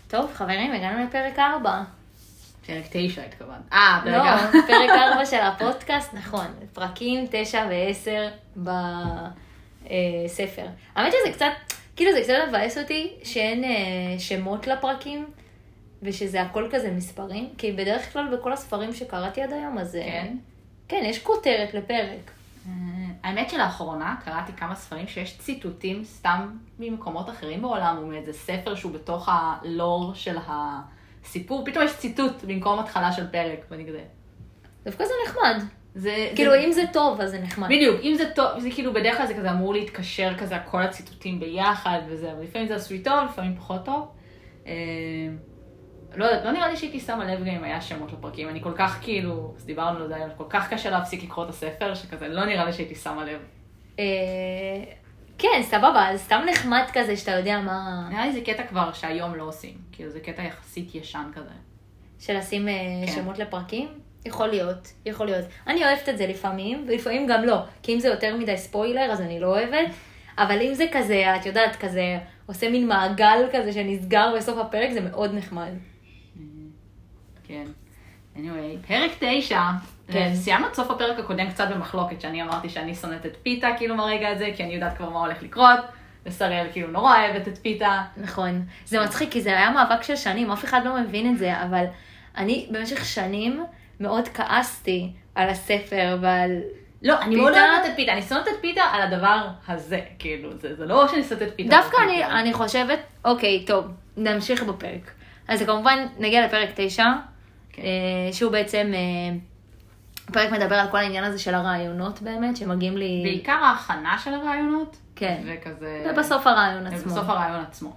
טוב, חברים, הגענו לפרק 4. פרק 9 התכוונת. פרק לא, 4. פרק 4 של הפודקאסט, נכון. פרקים 9 ו-10 בספר. האמת שזה קצת, כאילו זה קצת מבאס אותי שאין שמות לפרקים, ושזה הכל כזה מספרים, כי בדרך כלל בכל הספרים שקראתי עד היום, אז כן? כן, יש כותרת לפרק. האמת שלאחרונה קראתי כמה ספרים שיש ציטוטים סתם ממקומות אחרים בעולם, או מאיזה ספר שהוא בתוך הלור של הסיפור, פתאום יש ציטוט במקום התחלה של פרק, ואני כזה. דווקא זה נחמד. כאילו, אם זה טוב, אז זה נחמד. בדיוק, אם זה טוב, זה כאילו בדרך כלל זה כזה אמור להתקשר כזה, כל הציטוטים ביחד וזה, אבל לפעמים זה עשוי טוב, לפעמים פחות טוב. לא נראה לי שהייתי שמה לב גם אם היה שמות לפרקים, אני כל כך כאילו, אז דיברנו על זה, כל כך קשה להפסיק לקרוא את הספר, שכזה לא נראה לי שהייתי שמה לב. כן, סבבה, אז סתם נחמד כזה שאתה יודע מה... נראה לי זה קטע כבר שהיום לא עושים, כאילו זה קטע יחסית ישן כזה. של לשים שמות לפרקים? יכול להיות, יכול להיות. אני אוהבת את זה לפעמים, ולפעמים גם לא, כי אם זה יותר מדי ספוילר, אז אני לא אוהבת, אבל אם זה כזה, את יודעת, כזה, עושה מין מעגל כזה שנסגר בסוף הפרק, זה מאוד נחמד. כן. anyway, פרק 9, כן. סיימנו את סוף הפרק הקודם קצת במחלוקת, שאני אמרתי שאני שונאת את פיתה כאילו מהרגע הזה, כי אני יודעת כבר מה הולך לקרות, ושריאל כאילו נורא אוהבת את פיתה. נכון. זה מצחיק, כי זה היה מאבק של שנים, אף אחד לא מבין את זה, אבל אני במשך שנים מאוד כעסתי על הספר ועל... לא, אני מאוד אוהבת את פיתה, אני שונאת את פיתה על הדבר הזה, כאילו, זה לא שאני שונאת את פיתה. דווקא אני חושבת, אוקיי, טוב, נמשיך בפרק. אז כמובן נגיע לפרק 9, שהוא בעצם, הפרק מדבר על כל העניין הזה של הרעיונות באמת, שמגיעים לי... בעיקר ההכנה של הרעיונות. כן. וכזה... ובסוף הרעיון עצמו. ובסוף הרעיון עצמו.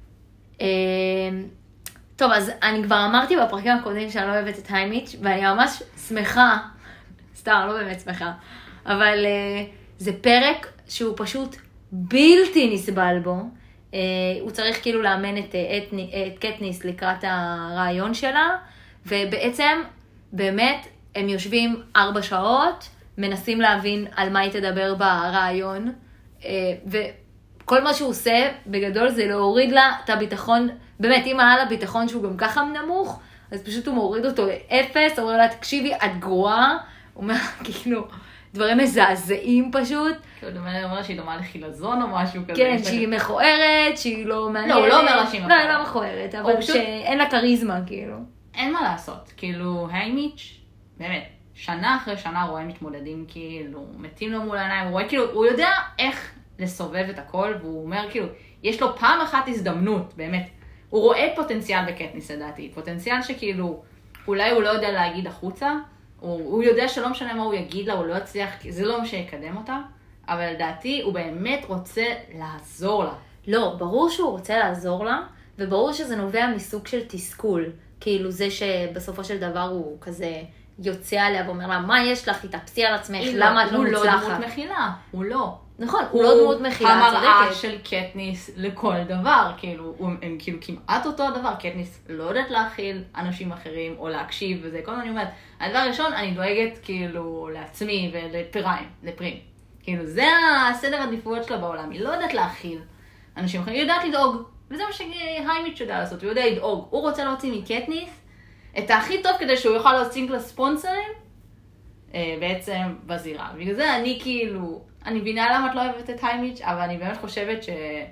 טוב, אז אני כבר אמרתי בפרקים הקודמים שאני לא אוהבת את היימיץ', ואני ממש שמחה, סתם, לא באמת שמחה, אבל זה פרק שהוא פשוט בלתי נסבל בו. הוא צריך כאילו לאמן את קטניס לקראת הרעיון שלה, ובעצם באמת הם יושבים 4 שעות, מנסים להבין על מה היא תדבר ברעיון, וכל מה שהוא עושה בגדול זה להוריד לה את הביטחון, באמת אם היה לה ביטחון שהוא גם ככה נמוך, אז פשוט הוא מוריד אותו ל0, אומר לה תקשיבי את גרועה, הוא אומר כאילו דברים מזעזעים פשוט. כאילו דומה אומר שהיא דומה לחילזון או משהו כזה. כן, שהיא מכוערת, שהיא לא מעניינת. לא, הוא לא אומר לה שהיא מכוערת. לא, היא לא מכוערת, אבל שאין לה כריזמה כאילו. אין מה לעשות, כאילו היימיץ' באמת, שנה אחרי שנה רואה מתמודדים כאילו, מתים לו מול העיניים, הוא רואה כאילו, הוא יודע איך לסובב את הכל, והוא אומר כאילו, יש לו פעם אחת הזדמנות, באמת, הוא רואה פוטנציאל בקטניס לדעתי, פוטנציאל שכאילו, אולי הוא לא יודע להגיד החוצה, הוא יודע שלא משנה מה הוא יגיד לה, הוא לא יצליח, זה לא מה שיקדם אותה, אבל לדעתי הוא באמת רוצה לעזור לה. לא, ברור שהוא רוצה לעזור לה, וברור שזה נובע מסוג של תסכול, כאילו זה שבסופו של דבר הוא כזה יוצא עליה ואומר לה, מה יש לך, תתאפסי על עצמך, למה את לא מוצלחת? הוא לא דמות מכילה, הוא לא. נכון, הוא לא דמות מכילה, צודקת. המראה של קטניס לכל דבר, כאילו, הם כאילו כמעט אותו הדבר, קטניס לא יודעת להכיל אנשים אחרים או להקשיב וזה, כל הזמן אני אומרת, הדבר הראשון, אני דואגת כאילו לעצמי לפרים. כאילו, זה הסדר העדיפויות שלה בעולם, היא לא יודעת להכיל אנשים אחרים, היא יודעת לדאוג, וזה מה שהיימיץ' יודע לעשות, הוא יודע לדאוג, הוא רוצה להוציא מקטניס את הכי טוב כדי שהוא יוכל להוציא לספונסרים, בעצם בזירה. בגלל זה אני כאילו, אני מבינה למה את לא אוהבת את היימיץ', אבל אני באמת חושבת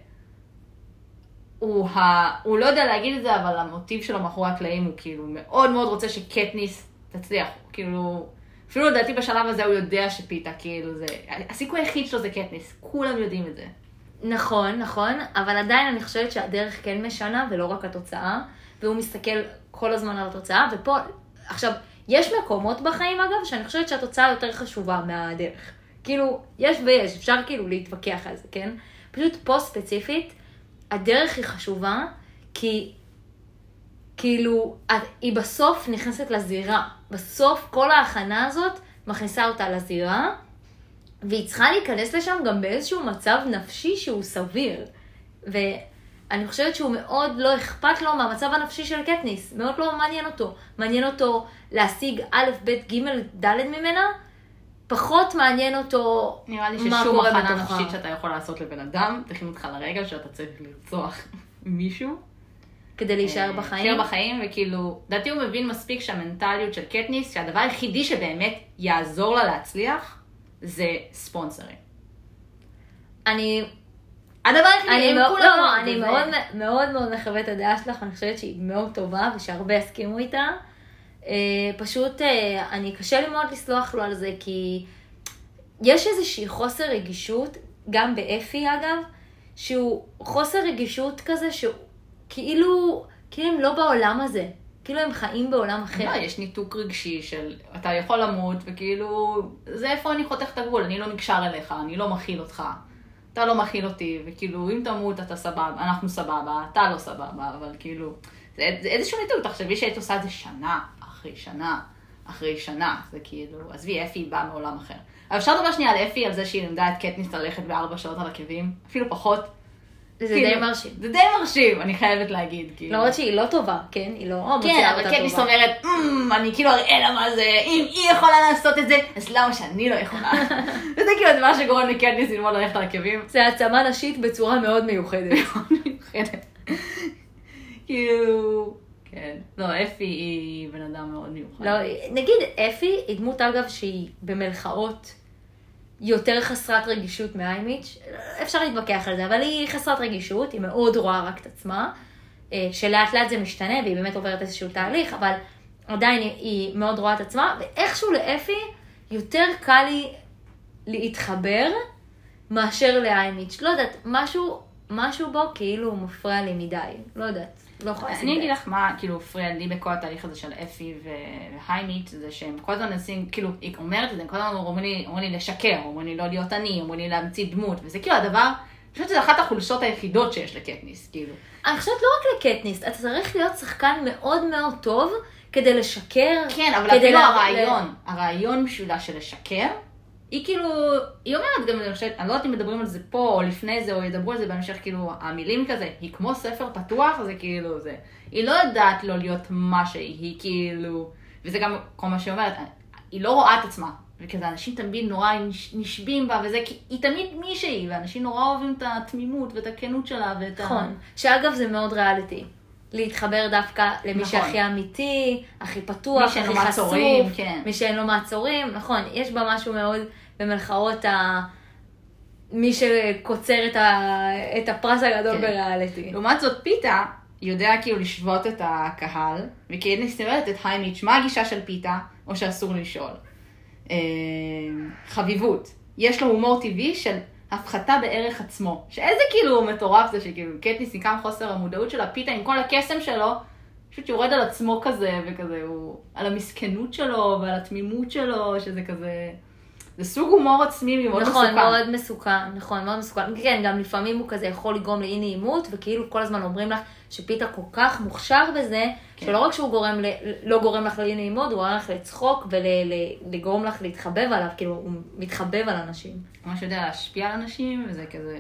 הוא לא יודע להגיד את זה, אבל המוטיב שלו מאחורי הקלעים הוא כאילו מאוד מאוד רוצה שקטניס תצליח. כאילו, אפילו לדעתי בשלב הזה הוא יודע שפיתה, כאילו זה, הסיכוי היחיד שלו זה קטניס, כולם יודעים את זה. נכון, אבל עדיין אני חושבת שהדרך כן משנה ולא רק התוצאה, והוא מסתכל כל הזמן על התוצאה, ופה, עכשיו, יש מקומות בחיים אגב, שאני חושבת שהתוצאה יותר חשובה מהדרך. כאילו, יש ויש, אפשר כאילו להתווכח על זה, כן? פשוט פה ספציפית, הדרך היא חשובה, כי כאילו, היא בסוף נכנסת לזירה. בסוף כל ההכנה הזאת מכניסה אותה לזירה, והיא צריכה להיכנס לשם גם באיזשהו מצב נפשי שהוא סביר. ואני חושבת שהוא מאוד לא אכפת לו מהמצב הנפשי של קטניס. מאוד לא מעניין אותו. מעניין אותו להשיג א', ב', ג', ד' ממנה. פחות מעניין אותו נראה לי ששום הכנה נפשית שאתה יכול לעשות לבן אדם, תכין אותך לרגע שאתה צריך לרצוח מישהו. כדי להישאר בחיים. להישאר בחיים, וכאילו, דעתי הוא מבין מספיק שהמנטליות של קטניס, שהדבר היחידי שבאמת יעזור לה להצליח, זה ספונסרים. הדבר היחידי, אני מאוד מאוד מחווה את הדעה שלך, אני חושבת שהיא מאוד טובה, ושהרבה הסכימו איתה. פשוט, אני קשה לי מאוד לסלוח לו על זה, כי יש איזושהי חוסר רגישות, גם באפי אגב, שהוא חוסר רגישות כזה, שהוא כאילו הם לא בעולם הזה, כאילו הם חיים בעולם אחר. לא, יש ניתוק רגשי של, אתה יכול למות, וכאילו, זה איפה אני חותך את הגבול, אני לא נקשר אליך, אני לא מכיל אותך, אתה לא מכיל אותי, וכאילו, אם תמות אתה סבבה, אנחנו סבבה, אתה לא סבבה, אבל כאילו, זה איזשהו ניתוק, תחשבי שהיית עושה את זה שנה אחרי שנה, אחרי שנה, זה כאילו, עזבי, אפי באה מעולם אחר. אבל אפשר לדבר שנייה על אפי, על זה שהיא למדה את קטניס ללכת ב4 שעות על עקבים, אפילו פחות. זה די מרשים. זה די מרשים, אני חייבת להגיד. למרות שהיא לא טובה, כן? היא לא מוציאה כן, אותה אבל קטניס אומרת, אני כאילו אראה לה מה זה, אם היא יכולה לעשות את זה, אז למה שאני לא יכולה? וזה כאילו הדבר שגורם לקטניס ללמוד ללכת על עקבים. זה העצמה נשית בצורה מאוד מיוחדת. כאילו, כן. לא, אפי היא בן אדם מאוד מיוחד. לא, נגיד, אפי היא דמות אגב שהיא במלחאות יותר חסרת רגישות מהאיימיץ', אפשר להתווכח על זה, אבל היא חסרת רגישות, היא מאוד רואה רק את עצמה, שלאט לאט זה משתנה, והיא באמת עוברת איזשהו תהליך, אבל עדיין היא מאוד רואה את עצמה, ואיכשהו לאפי יותר קל לי להתחבר מאשר לאיימיץ'. לא יודעת, משהו בו כאילו הוא מפריע לי מדי, לא יודעת. לא יכולה לשים אני אגיד לך מה, כאילו, הפריע לי בכל התהליך הזה של אפי והיימיץ' זה שהם כל הזמן נסים, כאילו, היא אומרת את זה, הם כל הזמן אומרים לי לשקר, אומרים לי לא להיות אני, אומרים לי להמציא דמות, וזה כאילו הדבר, אני חושבת שזה אחת החולשות היחידות שיש לקטניס, כאילו. אני חושבת לא רק לקטניס, אתה צריך להיות שחקן מאוד מאוד טוב כדי לשקר. כן, אבל אפילו הרעיון בשבילה של לשקר, היא כאילו, היא אומרת גם, אני לא יודעת אם מדברים על זה פה או לפני זה, או ידברו על זה בהמשך, כאילו, המילים כזה, היא כמו ספר פתוח, זה כאילו זה. היא לא יודעת לא להיות מה היא כאילו, וזה גם כל מה שהיא אומרת, היא לא רואה את עצמה, וכזה אנשים תמיד נורא נשבים בה, וזה, כי היא תמיד מישהי, ואנשים נורא אוהבים את התמימות ואת הכנות שלה, ואת נכון, שאגב זה מאוד ריאליטי. להתחבר דווקא למי שהכי אמיתי, הכי פתוח, הכי חשוף, מי שאין לו מעצורים, נכון, יש בה משהו מאוד במלחאות מי שקוצר את הפרס הגדול בריאליטי. לעומת זאת פיתה יודע כאילו לשבות את הקהל, וכי נסתרת את היימיץ' מה הגישה של פיתה, או שאסור לשאול. חביבות. יש לו הומור טבעי של הפחתה בערך עצמו. שאיזה כאילו מטורף זה שכאילו קטניס נקם חוסר המודעות של הפיתה עם כל הקסם שלו, פשוט יורד על עצמו כזה וכזה, הוא על המסכנות שלו ועל התמימות שלו, שזה כזה, זה סוג הומור עצמי מאוד מסוכן. נכון, מאוד מסוכן, נכון, מאוד מסוכן. כן, גם לפעמים הוא כזה יכול לגרום לאי נעימות, וכאילו כל הזמן אומרים לך שפיתה כל כך מוכשר בזה, שלא רק שהוא לא גורם לך לאי נעימות, הוא גורם לך לצחוק ולגרום לך להתחבב עליו, כאילו הוא מתחבב על אנשים. ממש יודע להשפיע על אנשים, וזה כזה...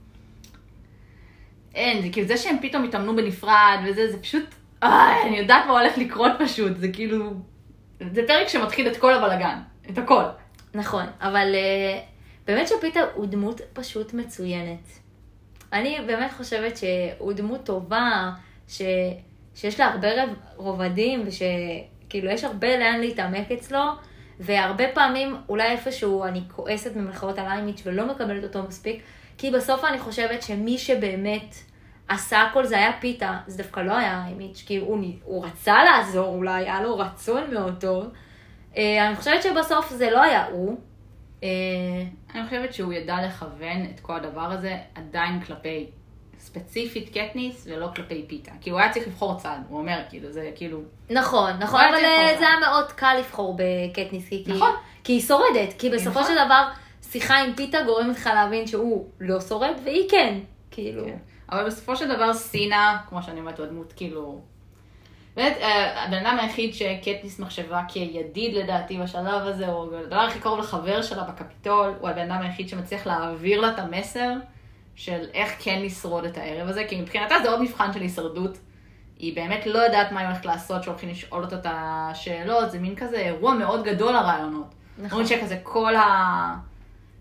אין, זה כאילו זה שהם פתאום התאמנו בנפרד, וזה, זה פשוט... אני יודעת מה הולך לקרות פשוט, זה כאילו... זה פרק שמתחיל את כל הבלגן, את הכל. נכון, אבל באמת שפיתה הוא דמות פשוט מצוינת. אני באמת חושבת שהוא דמות טובה, שיש לה הרבה רובדים, ושכאילו יש הרבה לאן להתעמק אצלו, והרבה פעמים אולי איפשהו אני כועסת ממלחאות על היימיץ' ולא מקבלת אותו מספיק, כי בסוף אני חושבת שמי שבאמת עשה הכל זה היה פיתה, זה דווקא לא היה היימיץ', כי הוא רצה לעזור, אולי היה לו רצון מאוד טוב. אני חושבת שבסוף זה לא היה הוא. אני חושבת שהוא ידע לכוון את כל הדבר הזה עדיין כלפי ספציפית קטניס ולא כלפי פיתה. כי הוא היה צריך לבחור צד, הוא אומר, כאילו, זה כאילו... נכון, אבל זה היה מאוד קל לבחור בקטניס, כי היא שורדת, כי בסופו של דבר שיחה עם פיתה גורמת לך להבין שהוא לא שורד, והיא כן, כאילו. אבל בסופו של דבר סינה, כמו שאני אומרת, הוא הדמות, כאילו... באמת, הבן אדם היחיד שקטניס מחשבה כידיד לדעתי בשלב הזה, הוא הדבר הכי קרוב לחבר שלה בקפיטול, הוא הבן אדם היחיד שמצליח להעביר לה את המסר של איך כן לשרוד את הערב הזה, כי מבחינתה זה עוד מבחן של הישרדות. היא באמת לא יודעת מה היא הולכת לעשות, שהולכים לשאול אותה את השאלות, זה מין כזה אירוע מאוד גדול הרעיונות. נכון. אומרים שכזה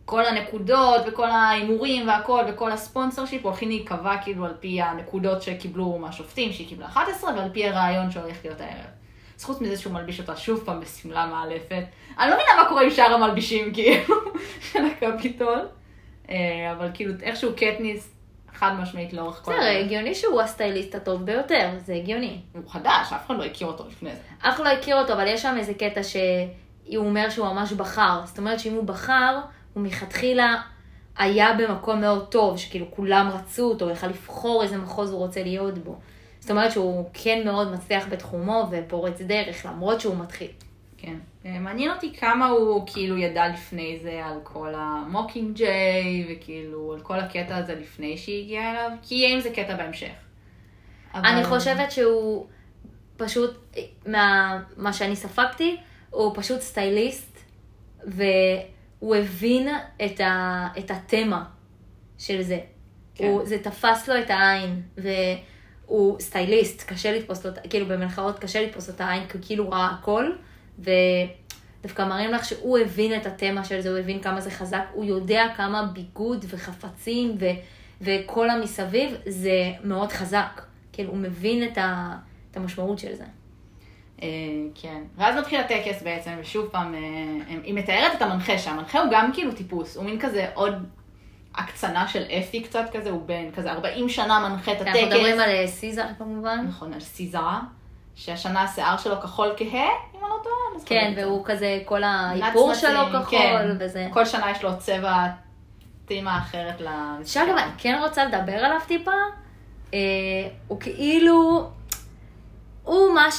כל הנקודות וכל ההימורים והכל וכל הספונסר שיפ הולכים להיקבע כאילו על פי הנקודות שקיבלו מהשופטים, שהיא קיבלה 11, ועל פי הרעיון שהולך להיות הערב. אז חוץ מזה שהוא מלביש אותה שוב פעם בסמלה מאלפת. אני לא מבינה מה קורה עם שאר המלבישים כאילו של הקפיטול, אבל כאילו איכשהו קטניס חד משמעית לאורך כל... זה הגיוני שהוא הסטייליסט הטוב ביותר, זה הגיוני. הוא חדש, אף אחד לא הכיר אותו לפני זה. אף אחד לא הכיר אותו, אבל יש שם איזה קטע שהוא אומר שהוא ממש בחר. זאת אומרת שאם הוא בחר, הוא מלכתחילה היה במקום מאוד טוב, שכאילו כולם רצו אותו, יכל לבחור איזה מחוז הוא רוצה להיות בו. זאת אומרת שהוא כן מאוד מצליח בתחומו ופורץ דרך, למרות שהוא מתחיל. כן. מעניין אותי כמה הוא כאילו ידע לפני זה על כל המוקינג ג'יי, וכאילו על כל הקטע הזה לפני שהגיע אליו, כי יהיה עם זה קטע בהמשך. אני חושבת שהוא פשוט, מה שאני ספקתי, הוא פשוט סטייליסט, והוא הבין את התמה של זה. כן. זה תפס לו את העין, והוא סטייליסט, קשה לתפוס לו, כאילו במלחאות קשה לתפוס לו את העין, כי כאילו הוא ראה הכל, ודווקא מראים לך שהוא הבין את התמה של זה, הוא הבין כמה זה חזק, הוא יודע כמה ביגוד וחפצים וכל המסביב, זה מאוד חזק. כאילו, הוא מבין את המשמעות של זה. כן. ואז מתחיל הטקס בעצם, ושוב פעם, היא מתארת את המנחה שהמנחה הוא גם כאילו טיפוס, הוא מין כזה עוד הקצנה של אפי קצת כזה, הוא בין כזה 40 שנה מנחה את הטקס. אנחנו מדברים על סיזר כמובן. נכון, על סיזר, שהשנה השיער שלו כחול כהה, אם אני לא טועה. כן, והוא כזה, כל האיפור שלו כחול, וזה. כל שנה יש לו צבע תימה אחרת שאגב, אני כן רוצה לדבר עליו טיפה, הוא כאילו, הוא מה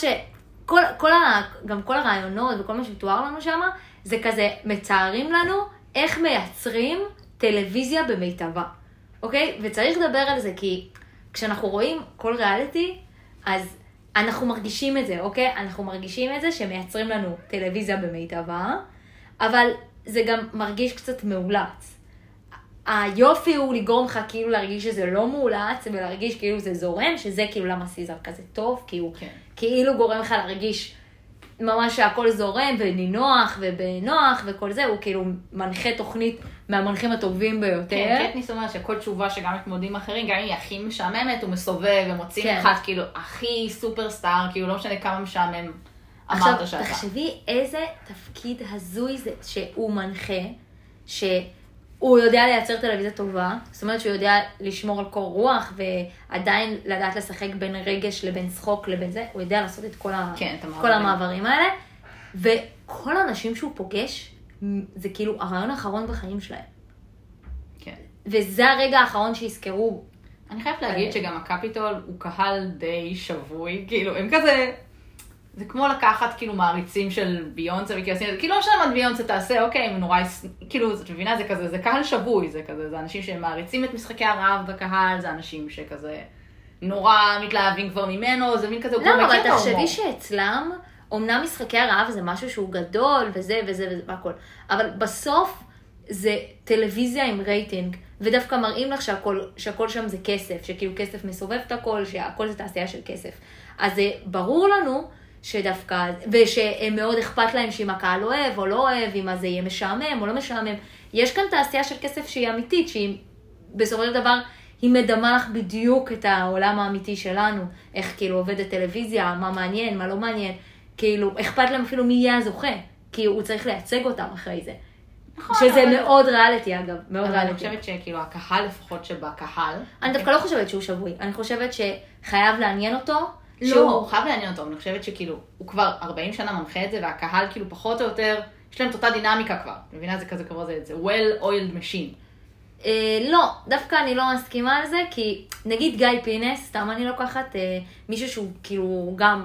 גם כל הרעיונות וכל מה שתואר לנו שם, זה כזה מצערים לנו איך מייצרים טלוויזיה במיטבה, אוקיי? וצריך לדבר על זה, כי כשאנחנו רואים כל ריאליטי, אז אנחנו מרגישים את זה, אוקיי? אנחנו מרגישים את זה שמייצרים לנו טלוויזיה במיטבה, אבל זה גם מרגיש קצת מאולץ. היופי הוא לגרום לך כאילו להרגיש שזה לא מאולץ, ולהרגיש כאילו זה זורם, שזה כאילו למה סיזר כזה טוב, כי הוא כאילו גורם לך להרגיש ממש שהכל זורם, ונינוח ובנוח וכל זה, הוא כאילו מנחה תוכנית מהמנחים הטובים ביותר. כן, קטניס אומר שכל תשובה שגם מתמודדים אחרים, גם אם היא הכי משעממת, הוא מסובב ומוצאים אחד כאילו הכי סופרסטאר, כאילו לא משנה כמה משעמם אמרת שאתה. עכשיו, תחשבי איזה תפקיד הזוי זה שהוא מנחה, שהוא יודע לייצר טלוויזיה טובה, זאת אומרת שהוא יודע לשמור על קור רוח, ועדיין לדעת לשחק בין רגש לבין צחוק לבין זה, הוא יודע לעשות את כל המעברים האלה, וכל האנשים שהוא פוגש, זה כאילו הרעיון האחרון בחיים שלהם. כן. וזה הרגע האחרון שיזכרו. אני חייבת להגיד שגם הקפיטול הוא קהל די שבוי, כאילו הם כזה, זה כמו לקחת כאילו מעריצים של ביונסה וכאילו לא משנה מה ביונסה תעשה, אוקיי, הם נורא, כאילו, את מבינה, זה כזה, זה קהל שבוי, זה כזה, זה אנשים שמעריצים את משחקי הרעב בקהל, זה אנשים שכזה נורא מתלהבים כבר ממנו, זה מין כזה, הוא כבר מכיר את ההומור. לא, אבל תחשבי שאצלם, אמנם משחקי הרעב זה משהו שהוא גדול וזה וזה והכל, אבל בסוף זה טלוויזיה עם רייטינג, ודווקא מראים לך שהכל שם זה כסף, שכאילו כסף מסובב את הכל, שהכל זה תעשייה של כסף. אז זה ברור לנו שדווקא, ושהם מאוד אכפת להם שאם הקהל אוהב או לא אוהב, אם זה יהיה משעמם או לא משעמם. יש כאן תעשייה של כסף שהיא אמיתית, שהיא בסופו של דבר, היא מדמה לך בדיוק את העולם האמיתי שלנו, איך כאילו עובדת טלוויזיה, מה מעניין, מה לא מעניין, כאילו אכפת להם אפילו מי יהיה הזוכה, כי הוא צריך לייצג אותם אחרי זה. נכון, שזה אבל... מאוד ריאליטי אגב, מאוד ריאליטי. אני חושבת שכאילו הקהל לפחות שבקהל. אני דווקא לא חושבת שהוא שבוי, אני חושבת שחייב לעניין אותו. לא, הוא חייב לעניין אותו, אני חושבת שכאילו, הוא כבר 40 שנה מנחה את זה, והקהל כאילו פחות או יותר, יש להם את אותה דינמיקה כבר. מבינה, זה כזה כבר זה well-oiled machine. לא, דווקא אני לא מסכימה על זה, כי נגיד גיא פינס, סתם אני לוקחת מישהו שהוא כאילו גם,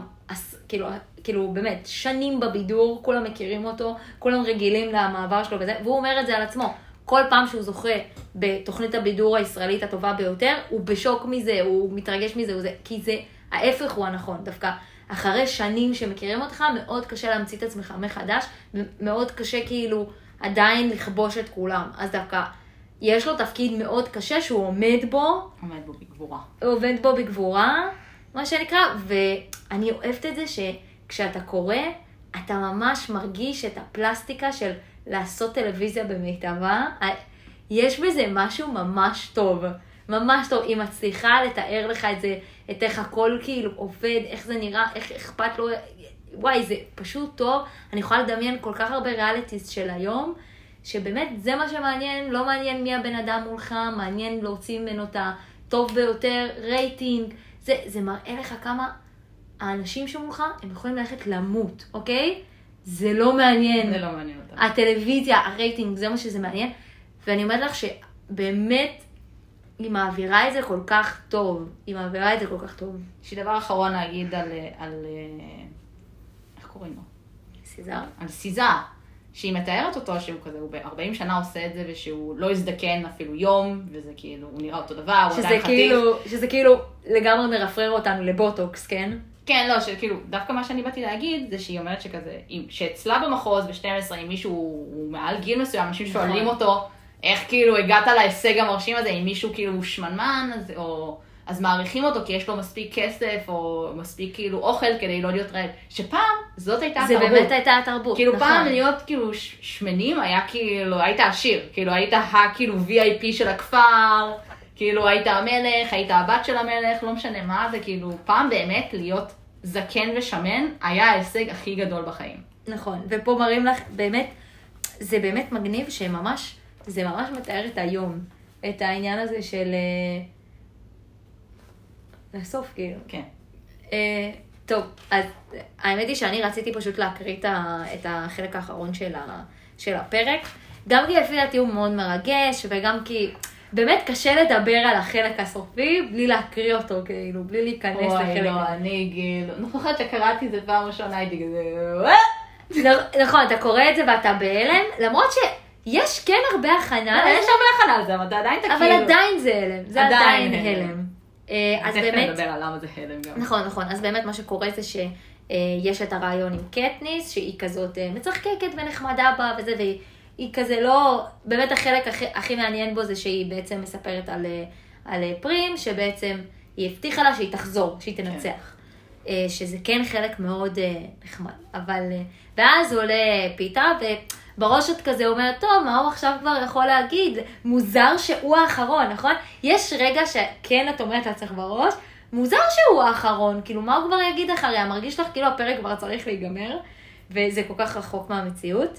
כאילו באמת, שנים בבידור, כולם מכירים אותו, כולם רגילים למעבר שלו וזה, והוא אומר את זה על עצמו. כל פעם שהוא זוכה בתוכנית הבידור הישראלית הטובה ביותר, הוא בשוק מזה, הוא מתרגש מזה, כי זה ההפך הוא הנכון. דווקא אחרי שנים שמכירים אותך, מאוד קשה להמציא את עצמך מחדש, מאוד קשה כאילו עדיין לכבוש את כולם. אז דווקא יש לו תפקיד מאוד קשה שהוא עומד בו. עומד בו בגבורה. הוא עומד בו בגבורה, מה שנקרא, ואני אוהבת את זה שכשאתה קורא, אתה ממש מרגיש את הפלסטיקה של לעשות טלוויזיה במיטבה, יש בזה משהו ממש טוב. ממש טוב. היא מצליחה לתאר לך את זה, את איך הכל כאילו עובד, איך זה נראה, איך אכפת לו. וואי, זה פשוט טוב. אני יכולה לדמיין כל כך הרבה ריאליטיז של היום, שבאמת זה מה שמעניין, לא מעניין מי הבן אדם מולך, מעניין להוציא ממנו את הטוב ביותר, רייטינג. זה מראה לך כמה האנשים שמולך, הם יכולים ללכת למות, אוקיי? זה לא מעניין. זה לא מעניין אותם. הטלוויזיה, הרייטינג, זה מה שזה מעניין. ואני אומרת לך שבאמת היא מעבירה את זה כל כך טוב. היא מעבירה את זה כל כך טוב. יש לי דבר אחרון להגיד על איך קוראים לו? סיזר? על סיזר. שהיא מתארת אותו שהוא כזה, הוא ב-40 שנה עושה את זה, ושהוא לא הזדקן אפילו יום, וזה כאילו, הוא נראה אותו דבר, הוא עדיין חתיך. שזה כאילו לגמרי מרפרר אותנו לבוטוקס, כן? כן, לא, שכאילו, דווקא מה שאני באתי להגיד, זה שהיא אומרת שכזה, שאצלה במחוז ב-12, אם מישהו הוא מעל גיל מסוים, אנשים שואלים אותו, איך כאילו הגעת להישג המרשים הזה, אם מישהו כאילו שמנמן, אז מעריכים אותו כי יש לו מספיק כסף, או מספיק כאילו אוכל כדי לא להיות רעב. שפעם זאת הייתה התרבות. זה באמת הייתה התרבות, כאילו פעם להיות כאילו שמנים היה כאילו, היית עשיר. כאילו היית כאילו VIP של הכפר, כאילו היית המלך, היית הבת של המלך, לא משנה מה זה, כאילו פעם באמת להיות זקן ושמן היה ההישג הכי גדול בחיים. נכון, ופה מראים לך באמת, זה באמת מגניב שממש, זה ממש מתאר את היום, את העניין הזה של לסוף כאילו. כן. טוב, אז האמת היא שאני רציתי פשוט להקריא את החלק האחרון של הפרק, גם כי לפי דעתי הוא מאוד מרגש, וגם כי באמת קשה לדבר על החלק הסופי בלי להקריא אותו, כאילו, בלי להיכנס לחלק. אוי, לא, אני כאילו, אני חושבת שקראתי את זה פעם ראשונה, הייתי כזה, נכון, אתה קורא את זה ואתה בהלם, למרות שיש כן הרבה הכנה. יש הרבה הכנה על זה, אבל אתה עדיין תכיר. אבל עדיין זה הלם, זה עדיין הלם. אז באמת, נדבר על למה זה הלם גם. נכון, אז באמת מה שקורה זה שיש את הרעיון עם קטניס, שהיא כזאת מצחקקת ונחמדה בה וזה, והיא כזה לא, באמת החלק הכי מעניין בו זה שהיא בעצם מספרת על פרים, שבעצם היא הבטיחה לה שהיא תחזור, שהיא תנצח. שזה כן חלק מאוד נחמד, אבל, ואז הוא עולה פיתה, ובראש את כזה אומרת, טוב, מה הוא עכשיו כבר יכול להגיד? מוזר שהוא האחרון, נכון? יש רגע שכן את אומרת לעצמך בראש, מוזר שהוא האחרון, כאילו מה הוא כבר יגיד אחריה? מרגיש לך כאילו הפרק כבר צריך להיגמר, וזה כל כך רחוק מהמציאות.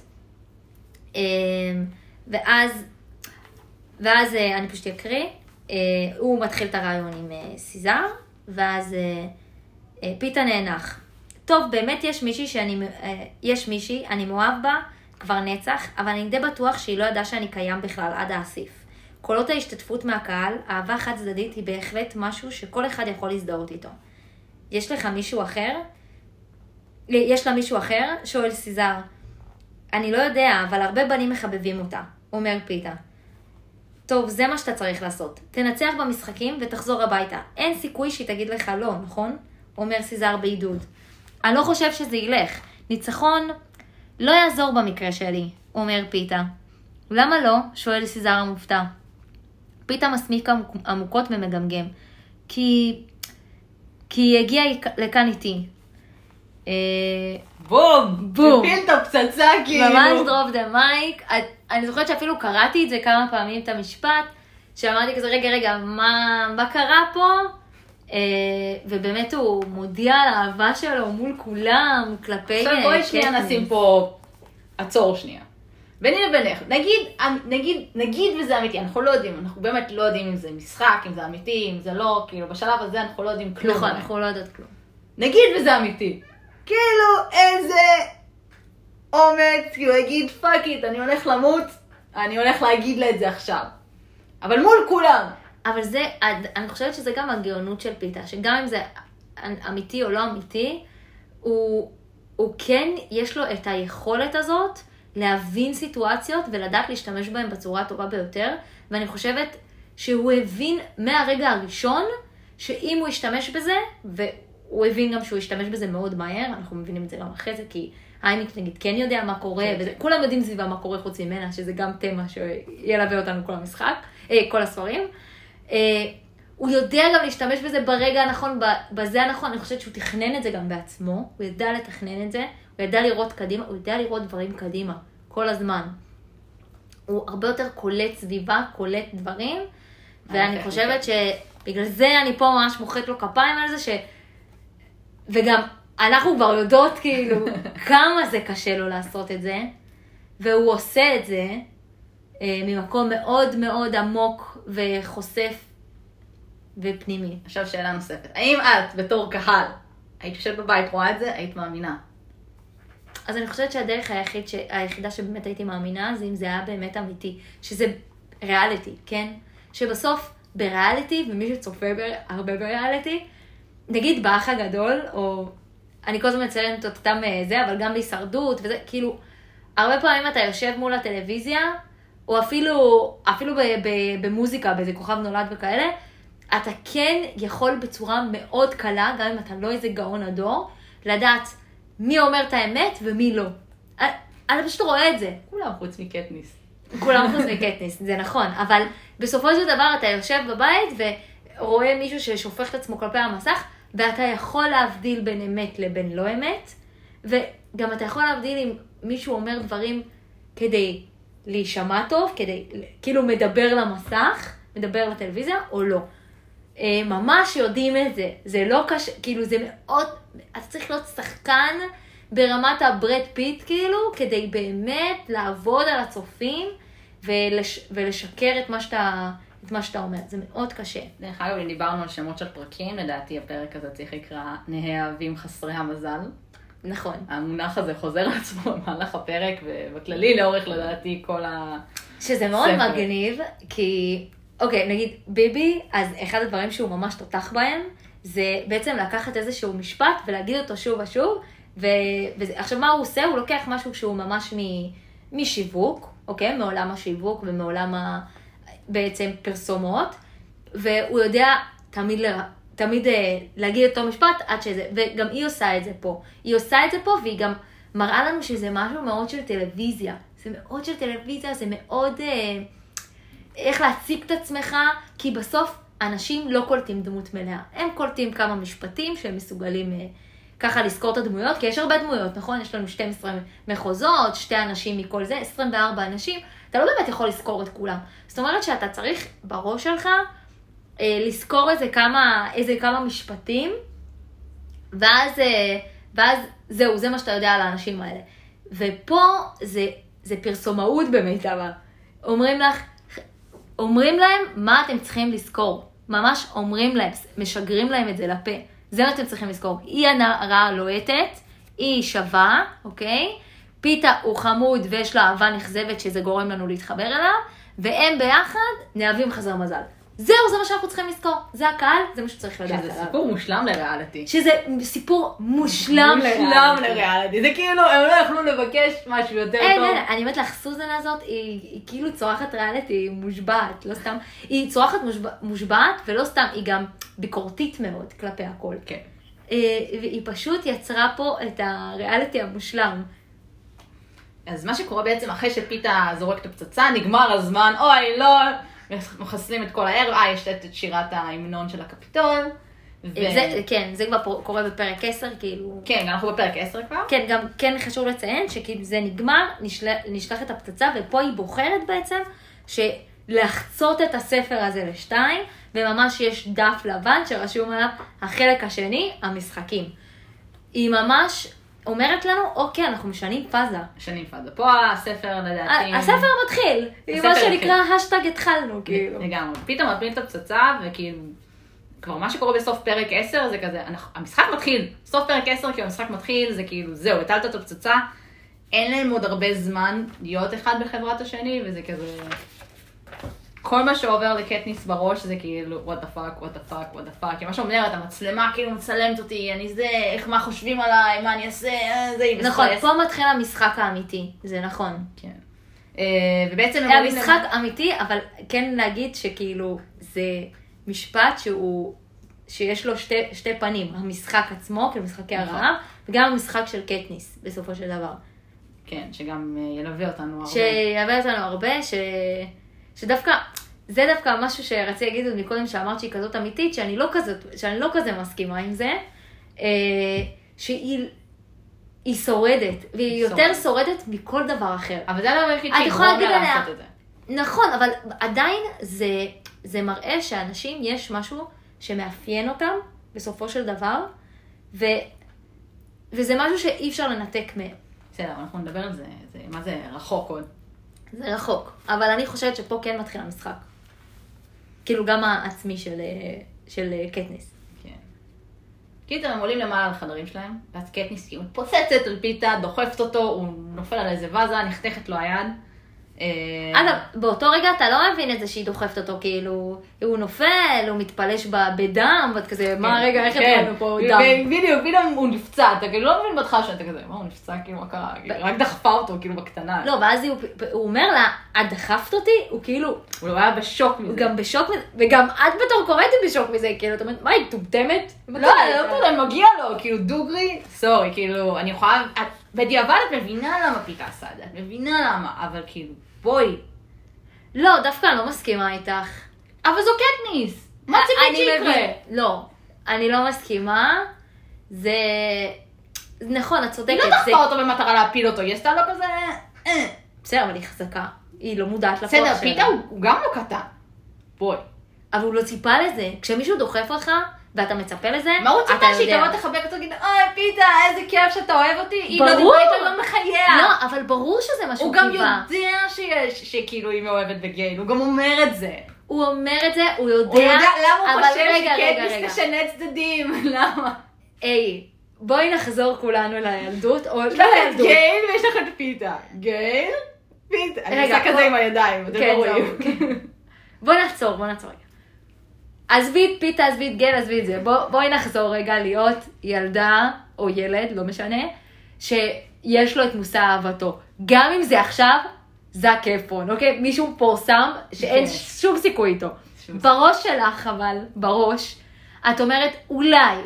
ואז אני פשוט אקריא, הוא מתחיל את הרעיון עם סיזר, ואז פיתה נאנח. טוב, באמת יש מישהי, אני מאוהב בה כבר נצח, אבל אני די בטוח שהיא לא ידעה שאני קיים בכלל עד האסיף. קולות ההשתתפות מהקהל, אהבה חד צדדית היא בהחלט משהו שכל אחד יכול להזדהות איתו. יש לך מישהו אחר? יש לה מישהו אחר? שואל סיזר. אני לא יודע, אבל הרבה בנים מחבבים אותה, אומר פיתה. טוב, זה מה שאתה צריך לעשות. תנצח במשחקים ותחזור הביתה. אין סיכוי שהיא תגיד לך לא, נכון? אומר סיזר בעידוד. אני לא חושב שזה ילך. ניצחון לא יעזור במקרה שלי, אומר פיתה. למה לא? שואל סיזר המופתע. פיתה מסמיק עמוקות ומגמגם. כי היא הגיעה לכאן איתי. בום! תפיל את הפצצה כאילו. ממש דרופ דה מייק. אני זוכרת שאפילו קראתי את זה כמה פעמים, את המשפט, שאמרתי כזה, רגע, מה קרה פה? ובאמת הוא מודיע על האהבה שלו מול כולם, כלפי עכשיו בואי שנייה נשים פה, עצור שנייה. ביני לבינך, נגיד וזה אמיתי, אנחנו לא יודעים, אנחנו באמת לא יודעים אם זה משחק, אם זה אמיתי, אם זה לא, כאילו בשלב הזה אנחנו לא יודעים כלום. נכון, אנחנו לא יודעות כלום. נגיד וזה אמיתי. כאילו איזה אומץ, כאילו להגיד פאק איט, אני הולך למות, אני הולך להגיד לה את זה עכשיו. אבל מול כולם. אבל זה, אני חושבת שזה גם הגאונות של פיתה, שגם אם זה אמיתי או לא אמיתי, הוא כן, יש לו את היכולת הזאת להבין סיטואציות ולדעת להשתמש בהם בצורה הטובה ביותר, ואני חושבת שהוא הבין מהרגע הראשון, שאם הוא ישתמש בזה, והוא הבין גם שהוא ישתמש בזה מאוד מהר, אנחנו מבינים את זה גם אחרי זה, כי הייניק נגיד כן יודע מה קורה, וכולם יודעים סביבה מה קורה חוץ ממנה, שזה גם תמה שילווה אותנו כל המשחק, כל הספרים. הוא יודע גם להשתמש בזה ברגע הנכון, בזה הנכון, אני חושבת שהוא תכנן את זה גם בעצמו, הוא ידע לתכנן את זה, הוא ידע לראות קדימה, הוא ידע לראות דברים קדימה, כל הזמן. הוא הרבה יותר קולט סביבה, קולט דברים, ואני חושבת שבגלל זה אני פה ממש מוחאת לו כפיים על זה, וגם אנחנו כבר יודעות כאילו כמה זה קשה לו לעשות את זה, והוא עושה את זה ממקום מאוד מאוד עמוק וחושף ופנימי. עכשיו שאלה נוספת. האם את בתור קהל, היית יושבת בבית, רואה את זה, היית מאמינה? אז אני חושבת שהדרך היחידה שבאמת הייתי מאמינה, זה אם זה היה באמת אמיתי, שזה ריאליטי, כן? שבסוף בריאליטי, ומי שצופה הרבה בריאליטי, נגיד באח הגדול, או אני כל הזמן מציינת אותם זה, אבל גם בהישרדות, וזה כאילו, הרבה פעמים אתה יושב מול הטלוויזיה, או אפילו במוזיקה, באיזה כוכב נולד וכאלה, אתה כן יכול בצורה מאוד קלה, גם אם אתה לא איזה גאון הדור, לדעת מי אומר את האמת ומי לא. אתה פשוט רואה את זה. כולם חוץ מקטניס. כולם חוץ מקטניס, זה נכון. אבל בסופו של דבר אתה יושב בבית ורואה מישהו ששופך את עצמו כלפי המסך, ואתה יכול להבדיל בין אמת לבין לא אמת, וגם אתה יכול להבדיל אם מישהו אומר דברים כדי להישמע טוב, כדי, כאילו מדבר למסך, מדבר לטלוויזיה או לא. ממש יודעים את זה. זה לא קשה, כאילו זה מאוד, אתה צריך להיות שחקן ברמת הברד פיט, כאילו, כדי באמת לעבוד על הצופים ולשקר את מה שאתה אומר. זה מאוד קשה. דרך אגב, אם דיברנו על שמות של פרקים, לדעתי הפרק הזה צריך לקרוא נהאבים חסרי המזל. נכון. המונח הזה חוזר על עצמו במהלך הפרק, ובכללי לאורך לדעתי כל שזה מאוד מגניב, כי אוקיי, נגיד ביבי, אז אחד הדברים שהוא ממש תותח בהם, זה בעצם לקחת איזשהו משפט ולהגיד אותו שוב ושוב, עכשיו מה הוא עושה? הוא לוקח משהו שהוא ממש משיווק, אוקיי? מעולם השיווק ומעולם בעצם פרסומות, והוא יודע תמיד להגיד אותו משפט עד שזה, וגם היא עושה את זה פה. היא עושה את זה פה והיא גם מראה לנו שזה משהו מאוד של טלוויזיה. זה מאוד של טלוויזיה, זה מאוד איך להציג את עצמך, כי בסוף אנשים לא קולטים דמות מלאה. הם קולטים כמה משפטים שהם מסוגלים ככה לזכור את הדמויות, כי יש הרבה דמויות, נכון? יש לנו 12 מחוזות, 2 אנשים מכל זה, 24 אנשים, אתה לא באמת יכול לזכור את כולם. זאת אומרת שאתה צריך בראש שלך לזכור איזה כמה משפטים, ואז זהו, זה מה שאתה יודע על האנשים האלה. ופה זה פרסומאות במיטבה. אומרים להם מה אתם צריכים לזכור. ממש אומרים להם, משגרים להם את זה לפה. זה מה אתם צריכים לזכור. היא הנערה הלוהטת, היא שווה, אוקיי? פיתה הוא חמוד ויש לו אהבה נכזבת שזה גורם לנו להתחבר אליו, והם ביחד נאהבים חסר מזל. זהו, זה מה שאנחנו צריכים לזכור. זה הקהל, זה מה שצריך לדעת עליו. שזה סיפור מושלם לריאליטי. שזה סיפור מושלם לריאליטי. זה כאילו, הם לא יכלו לבקש משהו יותר טוב. אין, אני אומרת לך, סוזן הזאת היא כאילו צורחת ריאליטי, היא מושבעת, לא סתם. היא צורחת מושבעת, ולא סתם, היא גם ביקורתית מאוד כלפי הכל. כן. והיא פשוט יצרה פה את הריאליטי המושלם. אז מה שקורה בעצם אחרי שפיתה זורקת הפצצה, נגמר הזמן, אוי, לא... מחסלים את כל הערב, יש את שירת ההמנון של הקפיטול. כן, זה כבר קורה בפרק 10, כאילו... כן, אנחנו בפרק 10 כבר. כן, גם כן חשוב לציין שכאילו זה נגמר, נשלחת הפצצה, ופה היא בוחרת בעצם שלחצות את הספר הזה לשתיים, וממש יש דף לבן שרשום עליו החלק השני, המשחקים. היא ממש אומרת לנו, אוקיי, אנחנו משנים פאזה. משנים פאזה. פה הספר לדעתי... הספר מתחיל. מה שנקרא השטג התחלנו, כאילו. לגמרי. פתאום מפיל את הפצצה, וכאילו, כבר מה שקורה בסוף פרק 10 זה כזה, המשחק מתחיל. סוף פרק 10, כאילו המשחק מתחיל, זה כאילו, זהו, הטלת את הפצצה, אין להם עוד הרבה זמן להיות אחד בחברת השני, וזה כזה... כל מה שעובר לקטניס בראש זה כאילו, what the fuck, what the fuck, what the fuck. כי מה שאומרת, המצלמה כאילו מצלמת אותי, אני זה, איך מה חושבים עליי, מה אני אעשה, זה יבספס. נכון, פה מתחיל המשחק האמיתי, זה נכון. כן. ובעצם... המשחק אמיתי, אבל כן להגיד שכאילו, זה משפט שיש לו שתי פנים. המשחק עצמו, כאילו משחקי הרעב, וגם המשחק של קטניס, בסופו של דבר. כן, שגם ילווה אותנו הרבה. שילווה אותנו הרבה, שדווקא, זה דווקא משהו שרציתי להגיד עוד מקודם שאמרת שהיא כזאת אמיתית, שאני לא כזה מסכימה עם זה, שהיא היא שורדת, והיא יותר שורדת מכל דבר אחר. אבל זה הדבר היחיד שיגרום לה לעשות את זה. נכון, אבל עדיין זה מראה שאנשים, יש משהו שמאפיין אותם בסופו של דבר, וזה משהו שאי אפשר לנתק מהם. בסדר, אנחנו נדבר על זה, מה זה רחוק עוד? זה רחוק, אבל אני חושבת שפה כן מתחיל המשחק. כאילו גם העצמי של קטניס. כן. קיצר, הם עולים למעלה לחדרים שלהם, ואז קטניס כאילו מתפוצצת על פיתה, דוחפת אותו, הוא נופל על איזה וזה, נחתכת לו היד. אגב, באותו רגע אתה לא מבין את זה שהיא דוחפת אותו, כאילו, הוא נופל, הוא מתפלש בדם, ואת כזה, מה רגע, איך התחלנו פה דם? בדיוק, הוא נפצע, אתה כאילו לא מבין בהתחלה שאתה כזה, מה הוא נפצע, כאילו, מה קרה? רק דחפה אותו, כאילו, בקטנה. לא, ואז הוא אומר לה, את דחפת אותי? הוא כאילו... הוא לא היה בשוק מזה. הוא גם בשוק מזה, וגם את בתור קוראת בשוק מזה, כאילו, אתה אומרת, מה, היא טומטמת? לא, מגיע לו, כאילו, דוגרי, סורי, כאילו, אני יכולה... בדיעבד את מבינה למה פיתה עשה את זה, את מבינה למה, אבל כאילו, בואי. לא, דווקא אני לא מסכימה איתך. אבל זו קטניס. מה ציפית שיקרה? לא, אני לא מסכימה. זה... נכון, את צודקת. היא לא דחפה אותו במטרה להפיל אותו, היא עשתה לו כזה... בסדר, אבל היא חזקה. היא לא מודעת לכוח שלה. בסדר, פיתה הוא גם לא קטן. בואי. אבל הוא לא ציפה לזה. כשמישהו דוחף אותך, ואתה מצפה לזה, מה הוא ציפה שהיא תבוא תחבק אותו ותגיד, אוי פיתה, איזה כיף שאתה אוהב אותי? היא לא דיברה איתו, לא מחיה. לא, אבל ברור שזה מה שהוא קיווה. הוא גם יודע שכאילו היא מאוהבת בגייל, הוא גם אומר את זה. הוא אומר את זה, הוא יודע. הוא יודע למה הוא חושב שקטניס תשנה צדדים, למה? היי, בואי נחזור כולנו לילדות, או לא לילדות. גייל ויש לך את פיתה. גייל? פיתה. אני עושה כזה עם הידיים, אתם לא רואים. בוא נעצור רגע. עזבי את פיתה, עזבי את גל, עזבי את זה. בואי נחזור רגע להיות ילדה או ילד, לא משנה, שיש לו את מושא אהבתו. גם אם זה עכשיו, זק אפרון, אוקיי? מישהו פורסם שאין שום סיכוי איתו. בראש שלך, אבל, בראש, את אומרת, אולי.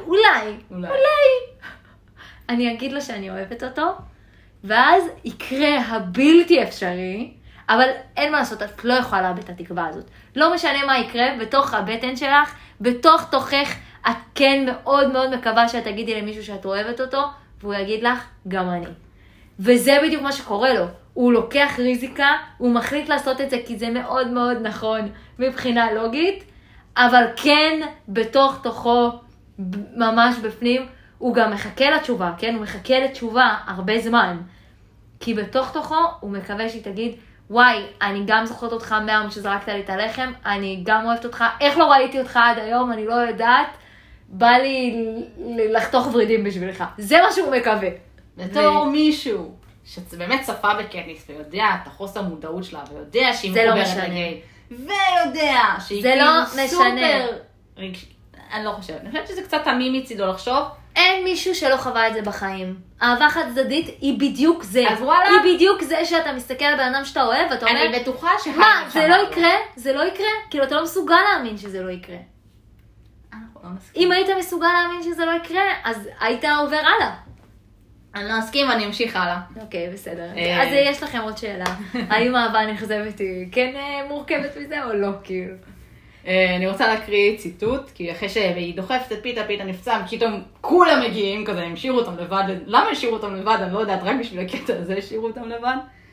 אני אגיד לו שאני אוהבת אותו, ואז יקרה הבלתי אפשרי, אבל אין מה לעשות, את לא יכולה לאבד את התקווה הזאת. לא משנה מה יקרה, בתוך הבטן שלך, בתוך תוכך, את כן מאוד מאוד מקווה שאת תגידי למישהו שאת אוהבת אותו, והוא יגיד לך, גם אני. וזה בדיוק מה שקורה לו. הוא לוקח ריזיקה, הוא מחליט לעשות את זה כי זה מאוד מאוד נכון מבחינה לוגית, אבל כן בתוך תוכו, ממש בפנים, הוא גם מחכה לתשובה, כן? הוא מחכה לתשובה הרבה זמן. כי בתוך תוכו הוא מקווה שהיא תגיד, וואי, אני גם זוכרת אותך מהיום שזרקת לי את הלחם, אני גם אוהבת אותך, איך לא ראיתי אותך עד היום, אני לא יודעת, בא לי לחתוך ורידים בשבילך. זה מה שהוא מקווה. בתור מישהו שבאמת צפה בקטניס ויודע את החוסר מודעות שלה, ויודע שהיא מחוברת לגייל, ויודע שהיא כאילו סופר... אני לא חושבת. אני חושבת שזה קצת תמים מצידו לחשוב. אין מישהו שלא חווה את זה בחיים. אהבה חד צדדית היא בדיוק זה. אז וואלה. היא בדיוק זה שאתה מסתכל על בן אדם שאתה אוהב, ואתה אומר... אני בטוחה מה, זה לא יקרה? זה לא יקרה? כאילו, אתה לא מסוגל להאמין שזה לא יקרה. אנחנו לא נסכים. אם היית מסוגל להאמין שזה לא יקרה, אז היית עובר הלאה. אני לא אסכים ואני אמשיך הלאה. אוקיי, בסדר. אז יש לכם עוד שאלה. האם האהבה נכזבת היא כן מורכבת מזה או לא, כאילו? אני רוצה להקריא ציטוט, כי אחרי שהיא דוחפת את פיתה נפצע, פתאום כולם מגיעים כזה, הם השאירו אותם לבד. למה השאירו אותם לבד? אני לא יודעת, רק בשביל הקטע הזה השאירו אותם לבד.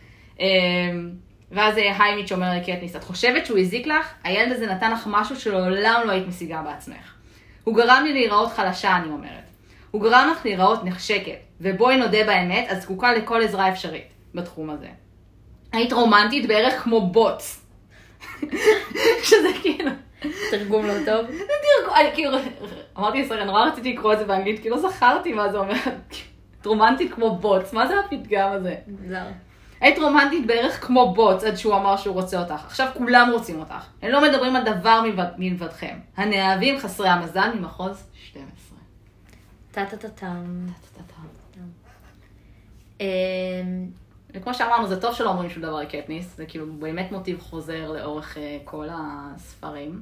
ואז היימיץ' אומר לקטניס, את חושבת שהוא הזיק לך? הילד הזה נתן לך משהו שלעולם לא היית משיגה בעצמך. הוא גרם לי להיראות חלשה, אני אומרת. הוא גרם לך להיראות נחשקת, ובואי נודה באמת, את זקוקה לכל עזרה אפשרית בתחום הזה. היית רומנטית בערך כמו בוץ. שזה כאילו... תרגום לא טוב. אמרתי ישראל, נורא רציתי לקרוא את זה באנגלית, כי לא זכרתי מה זה אומר. רומנטית כמו בוץ, מה זה הפתגם הזה? זר. היית רומנטית בערך כמו בוץ, עד שהוא אמר שהוא רוצה אותך. עכשיו כולם רוצים אותך. הם לא מדברים על דבר מלבדכם. הנאהבים חסרי המזל ממחוז 12. טה-טה-טה-טם. וכמו שאמרנו, זה טוב שלא אומרים שום דבר לקטניס, זה כאילו באמת מוטיב חוזר לאורך כל הספרים.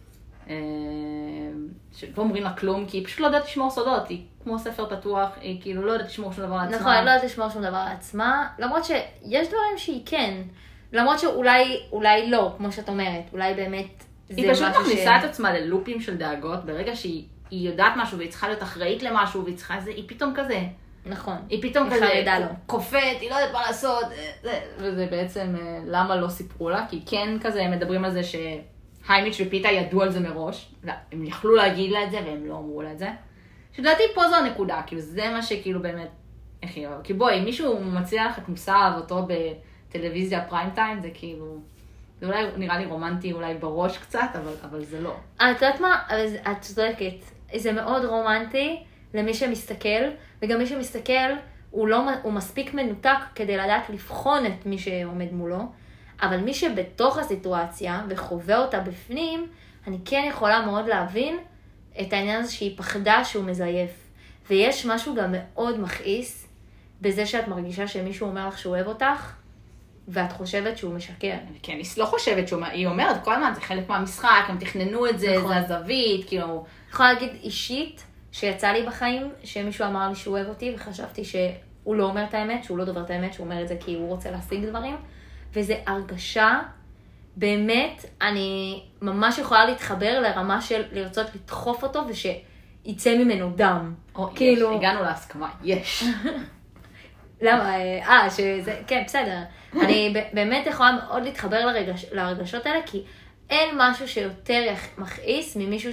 שלא אומרים לה כלום, כי היא פשוט לא יודעת לשמור סודות, היא כמו ספר פתוח, היא כאילו לא יודעת לשמור שום דבר לעצמה. נכון, היא לא יודעת לשמור שום דבר לעצמה, למרות שיש דברים שהיא כן, למרות שאולי לא, כמו שאת אומרת, אולי באמת זה משהו היא פשוט מכניסה את עצמה ללופים של דאגות, ברגע שהיא יודעת משהו והיא צריכה להיות אחראית למשהו והיא צריכה זה, היא פתאום כזה, נכון. היא פתאום היא כזה חרדה לו. קופאת, היא לא יודעת מה לעשות, וזה בעצם למה לא סיפרו לה, כי כן כזה מדברים על זה שהיימיץ' ופיתה ידעו על זה מראש, הם יכלו להגיד לה את זה והם לא אמרו לה את זה. שלדעתי פה זו הנקודה, כאילו זה מה שכאילו באמת, איך היא, כי בואי, אם מישהו מצליח את מושא אהבתו בטלוויזיה פריים טיים, זה כאילו, זה אולי נראה לי רומנטי אולי בראש קצת, אבל זה לא. את יודעת מה? את צודקת. זה מאוד רומנטי למי שמסתכל, וגם מי שמסתכל הוא מספיק מנותק כדי לדעת לבחון את מי שעומד מולו, אבל מי שבתוך הסיטואציה וחווה אותה בפנים, אני כן יכולה מאוד להבין את העניין הזה שהיא פחדה שהוא מזייף. ויש משהו גם מאוד מכעיס בזה שאת מרגישה שמישהו אומר לך שהוא אוהב אותך, ואת חושבת שהוא משקר. כן, היא לא חושבת שהוא, היא אומרת כל הזמן, זה חלק מהמשחק, הם תכננו את זה, נכון. זה הזווית, כאילו... אני יכולה להגיד אישית, שיצא לי בחיים, שמישהו אמר לי שהוא אוהב אותי, וחשבתי שהוא לא אומר את האמת, שהוא לא דובר את האמת, שהוא אומר את זה כי הוא רוצה להשיג דברים, וזה הרגשה, באמת, אני ממש יכולה להתחבר לרמה של לרצות לדחוף אותו, ושיצא ממנו דם. כאילו... יש, הגענו להסכמה, יש. למה? שזה, כן, בסדר. אני באמת יכולה מאוד להתחבר לרגשות האלה, כי אין משהו שיותר מכעיס ממישהו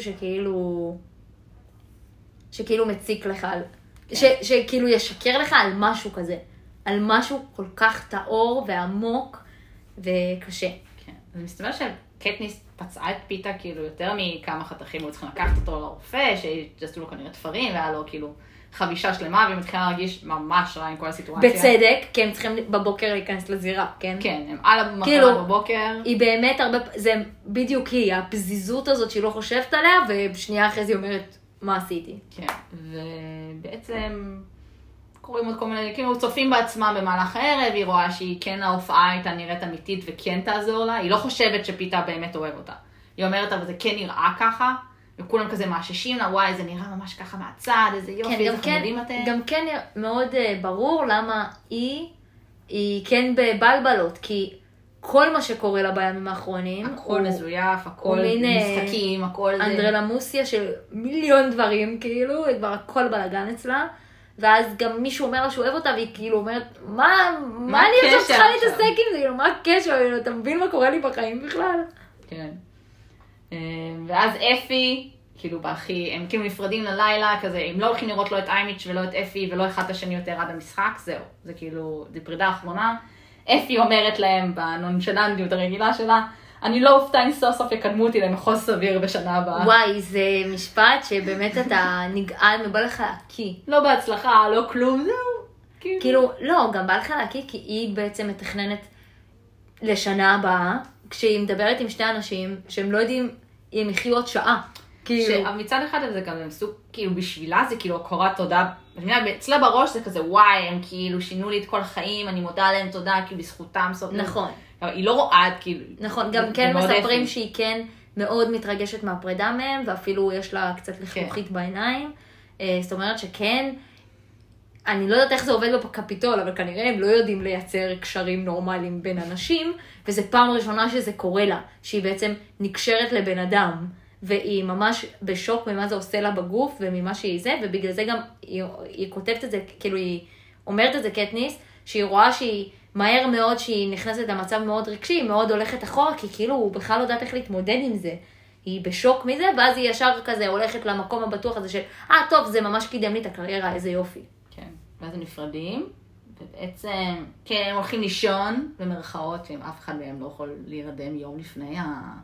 שכאילו מציק לך, שכאילו ישקר לך על משהו כזה, על משהו כל כך טהור ועמוק וקשה. כן, זה מסתבר שקטניס פצעה את פיתה כאילו יותר מכמה חתכים, הוא צריכים לקחת אותו לרופא, שעשו לו כנראה תפרים, והיה לו כאילו חבישה שלמה, והיא מתחילה להרגיש ממש רע עם כל הסיטואציה. בצדק, כי הם צריכים בבוקר להיכנס לזירה, כן? כן, הם על המחרת כאילו, בבוקר. היא באמת זה בדיוק היא, הפזיזות הזאת שהיא לא חושבת עליה, ובשנייה אחרי זה היא אומרת, מה עשיתי? כן, ובעצם קוראים עוד כל מיני, כאילו צופים בעצמה במהלך הערב, היא רואה שהיא כן ההופעה הייתה נראית אמיתית וכן תעזור לה, היא לא חושבת שפיתה באמת אוהב אותה. היא אומרת, אבל זה כן נראה ככה, וכולם כזה מאששים לה, וואי, זה נראה ממש ככה מהצד, איזה יופי, איזה חמודים אתם. גם כן מאוד ברור למה היא כן בבלבלות, כי כל מה שקורה לה בימים האחרונים, הכל מזויף, הכל משחקים, הכל זה. אנדרלמוסיה של מיליון דברים, כאילו, כבר הכל בלגן אצלה, ואז גם מישהו אומר לה שהוא אוהב אותה, והיא כאילו אומרת, מה אני עכשיו צריכה להתעסק עם זה? מה הקשר? אתה מבין מה קורה לי בחיים בכלל? כן. ואז אפי, כאילו הם כאילו נפרדים ללילה, כזה, הם לא הולכים לראות לא את איימיץ' ולא את אפי, ולא אחד השני יותר עד המשחק, זהו. זה כאילו, זה פרידה האחרונה. אפי אומרת להם בנונשלנטיות הרגילה שלה, אני לא אופתע אם סוף סוף יקדמו אותי למחוז סביר בשנה הבאה. וואי, זה משפט שבאמת אתה נגעל מבא לך להקיא. לא בהצלחה, לא כלום, זהו. כאילו, לא, גם בא לך להקיא, כי היא בעצם מתכננת לשנה הבאה, כשהיא מדברת עם שני אנשים שהם לא יודעים אם יחיו עוד שעה. מצד אחד זה גם סוג, כאילו בשבילה זה כאילו הכרת תודה, אצלה בראש זה כזה וואי, הם כאילו שינו לי את כל החיים, אני מודה להם תודה, כאילו בזכותם סוף. נכון. היא לא רואה כאילו. נכון, גם כן מספרים שהיא כן מאוד מתרגשת מהפרידה מהם, ואפילו יש לה קצת לחלוכית בעיניים. זאת אומרת שכן, אני לא יודעת איך זה עובד בקפיטול, אבל כנראה הם לא יודעים לייצר קשרים נורמליים בין אנשים, וזה פעם ראשונה שזה קורה לה, שהיא בעצם נקשרת לבן אדם, והיא ממש בשוק ממה זה עושה לה בגוף, וממה שהיא זה, ובגלל זה גם היא כותבת את זה, כאילו היא אומרת את זה קטניס, שהיא רואה שהיא מהר מאוד שהיא נכנסת למצב מאוד רגשי, היא מאוד הולכת אחורה, כי כאילו הוא בכלל לא יודעת איך להתמודד עם זה. היא בשוק מזה, ואז היא ישר כזה הולכת למקום הבטוח הזה של, טוב, זה ממש קידם לי את הקריירה, איזה יופי. כן, ואז הם נפרדים, ובעצם, כן, הם הולכים לישון, במרכאות, שאם אף אחד מהם לא יכול להירדם יום לפני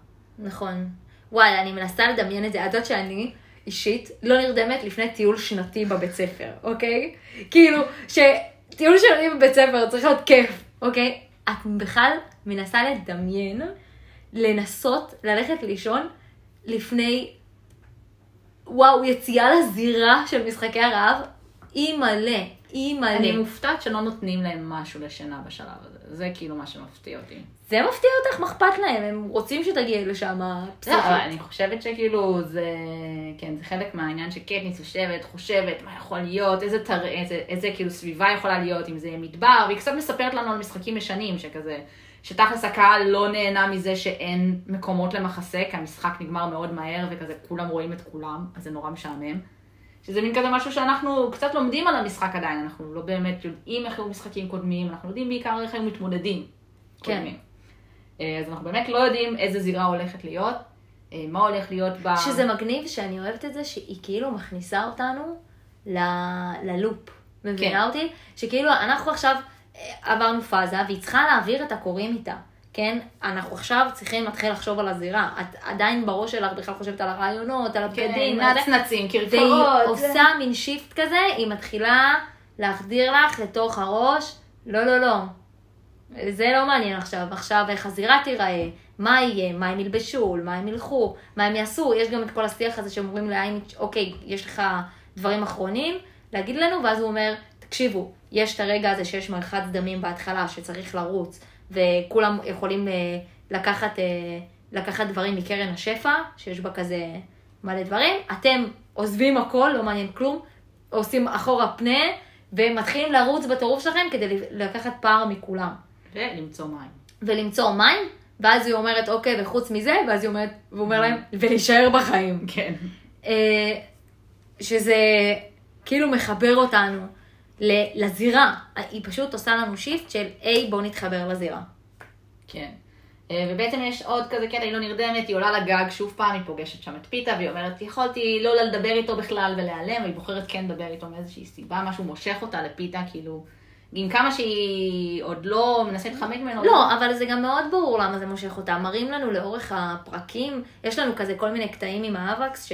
נכון. וואי, אני מנסה לדמיין את זה, עד שאני אישית לא נרדמת לפני טיול שנתי בבית ספר, אוקיי? כאילו, שטיול שנתי בבית ספר צריך להיות כיף, אוקיי? את בכלל מנסה לדמיין, לנסות ללכת לישון לפני, וואו, יציאה לזירה של משחקי הרעב, היא מלא. אני מופתעת שלא נותנים להם משהו לשינה בשלב הזה. זה כאילו מה שמפתיע אותי. זה מפתיע אותך, מה אכפת להם? הם רוצים שתגיעי לשם פסיכית. אני חושבת שכאילו זה, כן, זה חלק מהעניין שקטניס חושבת מה יכול להיות, איזה כאילו סביבה יכולה להיות, אם זה מדבר, והיא קצת מספרת לנו על משחקים ישנים, שכזה, שתכלס הקהל לא נהנה מזה שאין מקומות למחסה, כי המשחק נגמר מאוד מהר, וכזה כולם רואים את כולם, אז זה נורא משעמם. שזה מין כזה משהו שאנחנו קצת לומדים על המשחק עדיין, אנחנו לא באמת יודעים איך היו משחקים קודמים, אנחנו יודעים בעיקר איך היו מתמודדים קודמים. אז אנחנו באמת לא יודעים איזה זירה הולכת להיות, מה הולך להיות בה. שזה מגניב שאני אוהבת את זה, שהיא כאילו מכניסה אותנו ללופ. מבינה אותי? שכאילו אנחנו עכשיו עברנו פאזה, והיא צריכה להעביר את הקוראים איתה. כן? אנחנו עכשיו צריכים להתחיל לחשוב על הזירה. את עדיין בראש שלך בכלל חושבת על הרעיונות, על הבגדים. כן, נצנצים, קרקרות. והיא עושה מין שיפט כזה, היא מתחילה להחדיר לך לתוך הראש, לא, לא, לא. זה לא מעניין עכשיו. עכשיו איך הזירה תיראה, מה יהיה, מה הם ילבשו, מה הם ילכו, מה הם יעשו. יש גם את כל השיח הזה שאומרים לעין, אוקיי, יש לך דברים אחרונים, להגיד לנו, ואז הוא אומר, תקשיבו, יש את הרגע הזה שיש מלחץ דמים בהתחלה שצריך לרוץ, וכולם יכולים לקחת דברים מקרן השפע, שיש בה כזה מלא דברים. אתם עוזבים הכל, לא מעניין כלום, עושים אחורה פנה, ומתחילים לרוץ בטירוף שלכם כדי לקחת פער מכולם. ולמצוא מים, ואז היא אומרת, אוקיי, וחוץ מזה, ואז היא אומרת, והוא אומר להם, ולהישאר בחיים. כן. שזה כאילו מחבר אותנו לזירה. היא פשוט עושה לנו שיפט של, היי, בואו נתחבר לזירה. כן. ובעצם יש עוד כזה קטע, היא לא נרדמת, היא עולה לגג, שוב פעם היא פוגשת שם את פיתה, והיא אומרת, יכולתי לא לדבר איתו בכלל ולהיעלם, והיא בוחרת כן לדבר איתו מאיזושהי סיבה, משהו מושך אותה לפיתה, כאילו, עם כמה שהיא עוד לא מנסה להתחמק ממנו. לא, אבל זה גם מאוד ברור למה זה מושך אותה. מראים לנו לאורך הפרקים, יש לנו כזה כל מיני קטעים עם האבקס,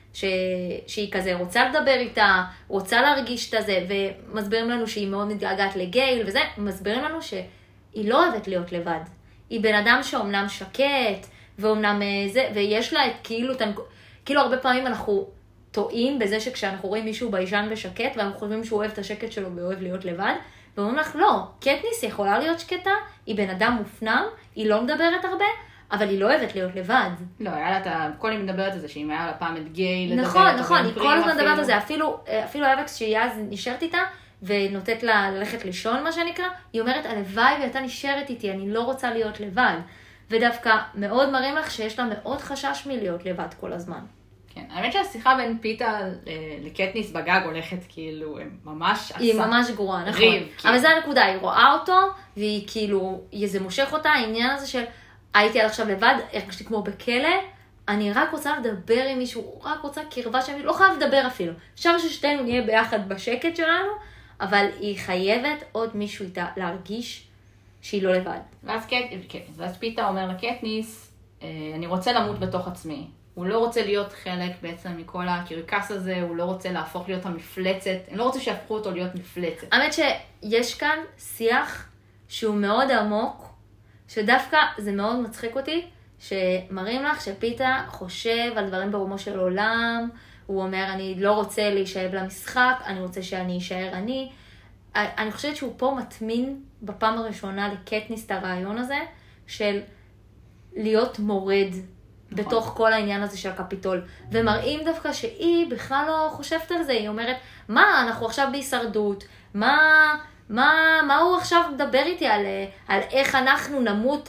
שהיא כזה רוצה לדבר איתה, רוצה להרגיש את הזה, ומסבירים לנו שהיא מאוד מתגעגעת לגייל, וזה, מסבירים לנו שהיא לא אוהבת להיות לבד. היא בן אדם שאומנם שקט, ואומנם זה, ויש לה את כאילו הרבה פעמים אנחנו טועים בזה שכשאנחנו רואים מישהו ביישן ושקט, ואנחנו חושבים שהוא אוהב את השקט שלו ואוהב להיות לבד, ואומרים לך, לא, קטניס יכולה להיות שקטה, היא בן אדם מופנם, היא לא מדברת הרבה, אבל היא לא אוהבת להיות לבד. לא, היה לה את כל היא מדברת על זה, שהיא היה לה פעם את גיי, נכון, נכון, היא כל הזמן מדברת על זה, אפילו האבקס שהיא אז נשארת איתה, ונותנת לה ללכת לישון, מה שנקרא, היא אומרת, הלוואי ואתה נשארת איתי, אני לא רוצה להיות לבד. ודווקא מאוד מראים לך שיש לה מאוד חשש מלהיות לבד כל הזמן. כן, האמת שהשיחה בין פיתה לקטניס בגג הולכת כאילו, היא ממש גרועה, נכון. ריב. אבל זה הנקודה, היא רואה אותו, והיא כאילו, זה מושך אותה, העניין הזה של, הייתי עד עכשיו לבד, הרגשתי כמו בכלא, אני רק רוצה לדבר עם מישהו, רק רוצה קרבה שאני לא חייב לדבר אפילו. אפשר ששתינו נהיה ביחד בשקט שלנו, אבל היא חייבת עוד מישהו איתה להרגיש שהיא לא לבד. ואז פיתה אומר לקטניס, אני רוצה למות בתוך עצמי. הוא לא רוצה להיות חלק בעצם מכל הקרקס הזה, הוא לא רוצה להפוך להיות המפלצת, אני לא רוצה שיהפכו אותו להיות מפלצת. האמת שיש כאן שיח שהוא מאוד עמוק, שדווקא זה מאוד מצחיק אותי, שמראים לך שפיתה חושב על דברים ברומו של עולם, הוא אומר, אני לא רוצה להישאב למשחק, אני רוצה שאני אשאר אני. אני חושבת שהוא פה מטמין בפעם הראשונה לקטניס את הרעיון הזה, של להיות מורד בתוך כל העניין הזה של הקפיטול. ומראים דווקא שהיא בכלל לא חושבת על זה, היא אומרת, מה, אנחנו עכשיו בהישרדות, מה הוא עכשיו מדבר איתי על איך אנחנו נמות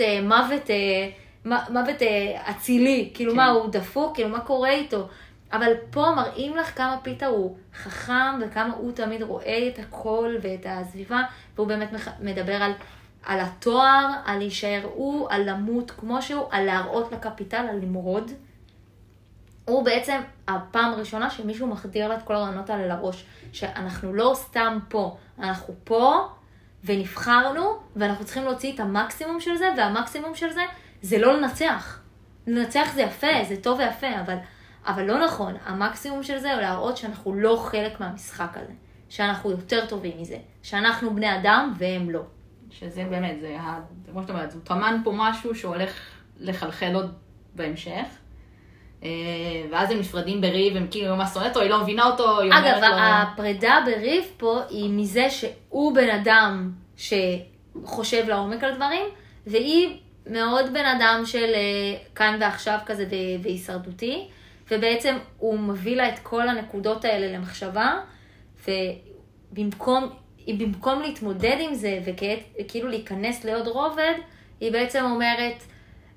מוות אצילי, כאילו מה, הוא דפוק, כאילו מה קורה איתו. אבל פה מראים לך כמה פיתה הוא חכם, וכמה הוא תמיד רואה את הכל ואת הסביבה, והוא באמת מדבר על התואר, על להישאר הוא, על למות כמו שהוא, על להראות לקפיטל, על למרוד. הוא בעצם הפעם הראשונה שמישהו מחדיר לה את כל הרעיונות האלה לראש, שאנחנו לא סתם פה, אנחנו פה ונבחרנו, ואנחנו צריכים להוציא את המקסימום של זה, והמקסימום של זה זה לא לנצח. לנצח זה יפה, זה טוב ויפה, אבל לא נכון. המקסימום של זה הוא להראות שאנחנו לא חלק מהמשחק הזה, שאנחנו יותר טובים מזה, שאנחנו בני אדם והם לא. שזה באמת, זה, כמו שאתה אומרת, הוא טמן פה משהו שהולך לחלחל עוד בהמשך, ואז הם נפרדים בריב, הם כאילו ממש שונאת אותו, היא לא מבינה אותו, היא אומרת לו... אגב, הפרידה בריב פה היא מזה שהוא בן אדם שחושב לעומק על דברים, והיא מאוד בן אדם של כאן ועכשיו כזה והישרדותי, ובעצם הוא מביא לה את כל הנקודות האלה למחשבה, ובמקום להתמודד עם זה וכאילו להיכנס לעוד רובד, היא בעצם אומרת,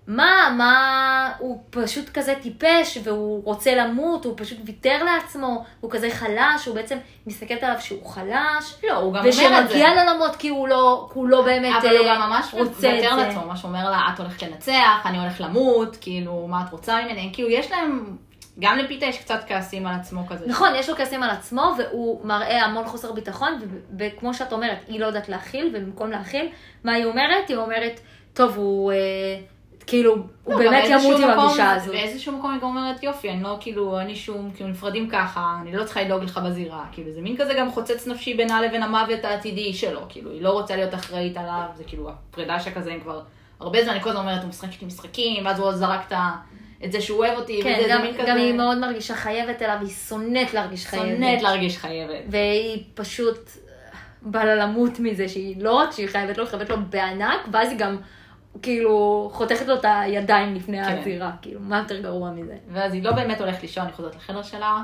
הוא פשוט כזה טיפש, והוא רוצה למות, הוא פשוט ויתר לעצמו, הוא כזה חלש, הוא בעצם מסתכלת עליו שהוא חלש. לא, הוא גם אומר את זה. ושמגיע לה למות כי הוא לא באמת רוצה את זה. אבל הוא גם ממש ויתר לעצמו, מה שאומר לה, את הולכת לנצח, אני הולך למות, כאילו, מה את רוצה ממני? כאילו, יש להם, גם לפיתה יש קצת כעסים על עצמו כזה. נכון, יש לו כעסים על עצמו, והוא מראה המון חוסר ביטחון, וכמו שאת אומרת, היא לא יודעת להכיל, ובמקום להכיל, מה היא אומרת? היא אומרת, טוב, הוא כאילו, הוא באמת ימות עם הגישה הזו. באיזשהו מקום היא גם אומרת, יופי, אני לא, כאילו, אני שום, כאילו, נפרדים ככה, אני לא צריכה לדאוג לך בזירה, כאילו, זה מין כזה גם חוצץ נפשי בינה לבין המוות העתידי שלו, כאילו, היא לא רוצה להיות אחראית עליו, זה כאילו, הפרידה שכזה, הם כבר הרבה זמן, אני כל הזמן אומרת, הוא משחק איתי משחקים, ואז הוא זרק את זה שהוא אוהב אותי, כן, וזה מין כזה. גם היא מאוד מרגישה חייבת אליו, היא שונאת להרגיש חייבת. שונאת להרגיש חייבת. והיא פשוט באה לה למות מזה, שהיא לא רק שהיא חייבת לו, חייבת לו בענק, ואז היא גם כאילו חותכת לו את הידיים לפני הזירה, כאילו, מה יותר גרוע מזה. ואז היא לא באמת הולכת לישון, היא חוזרת לחדר שלה,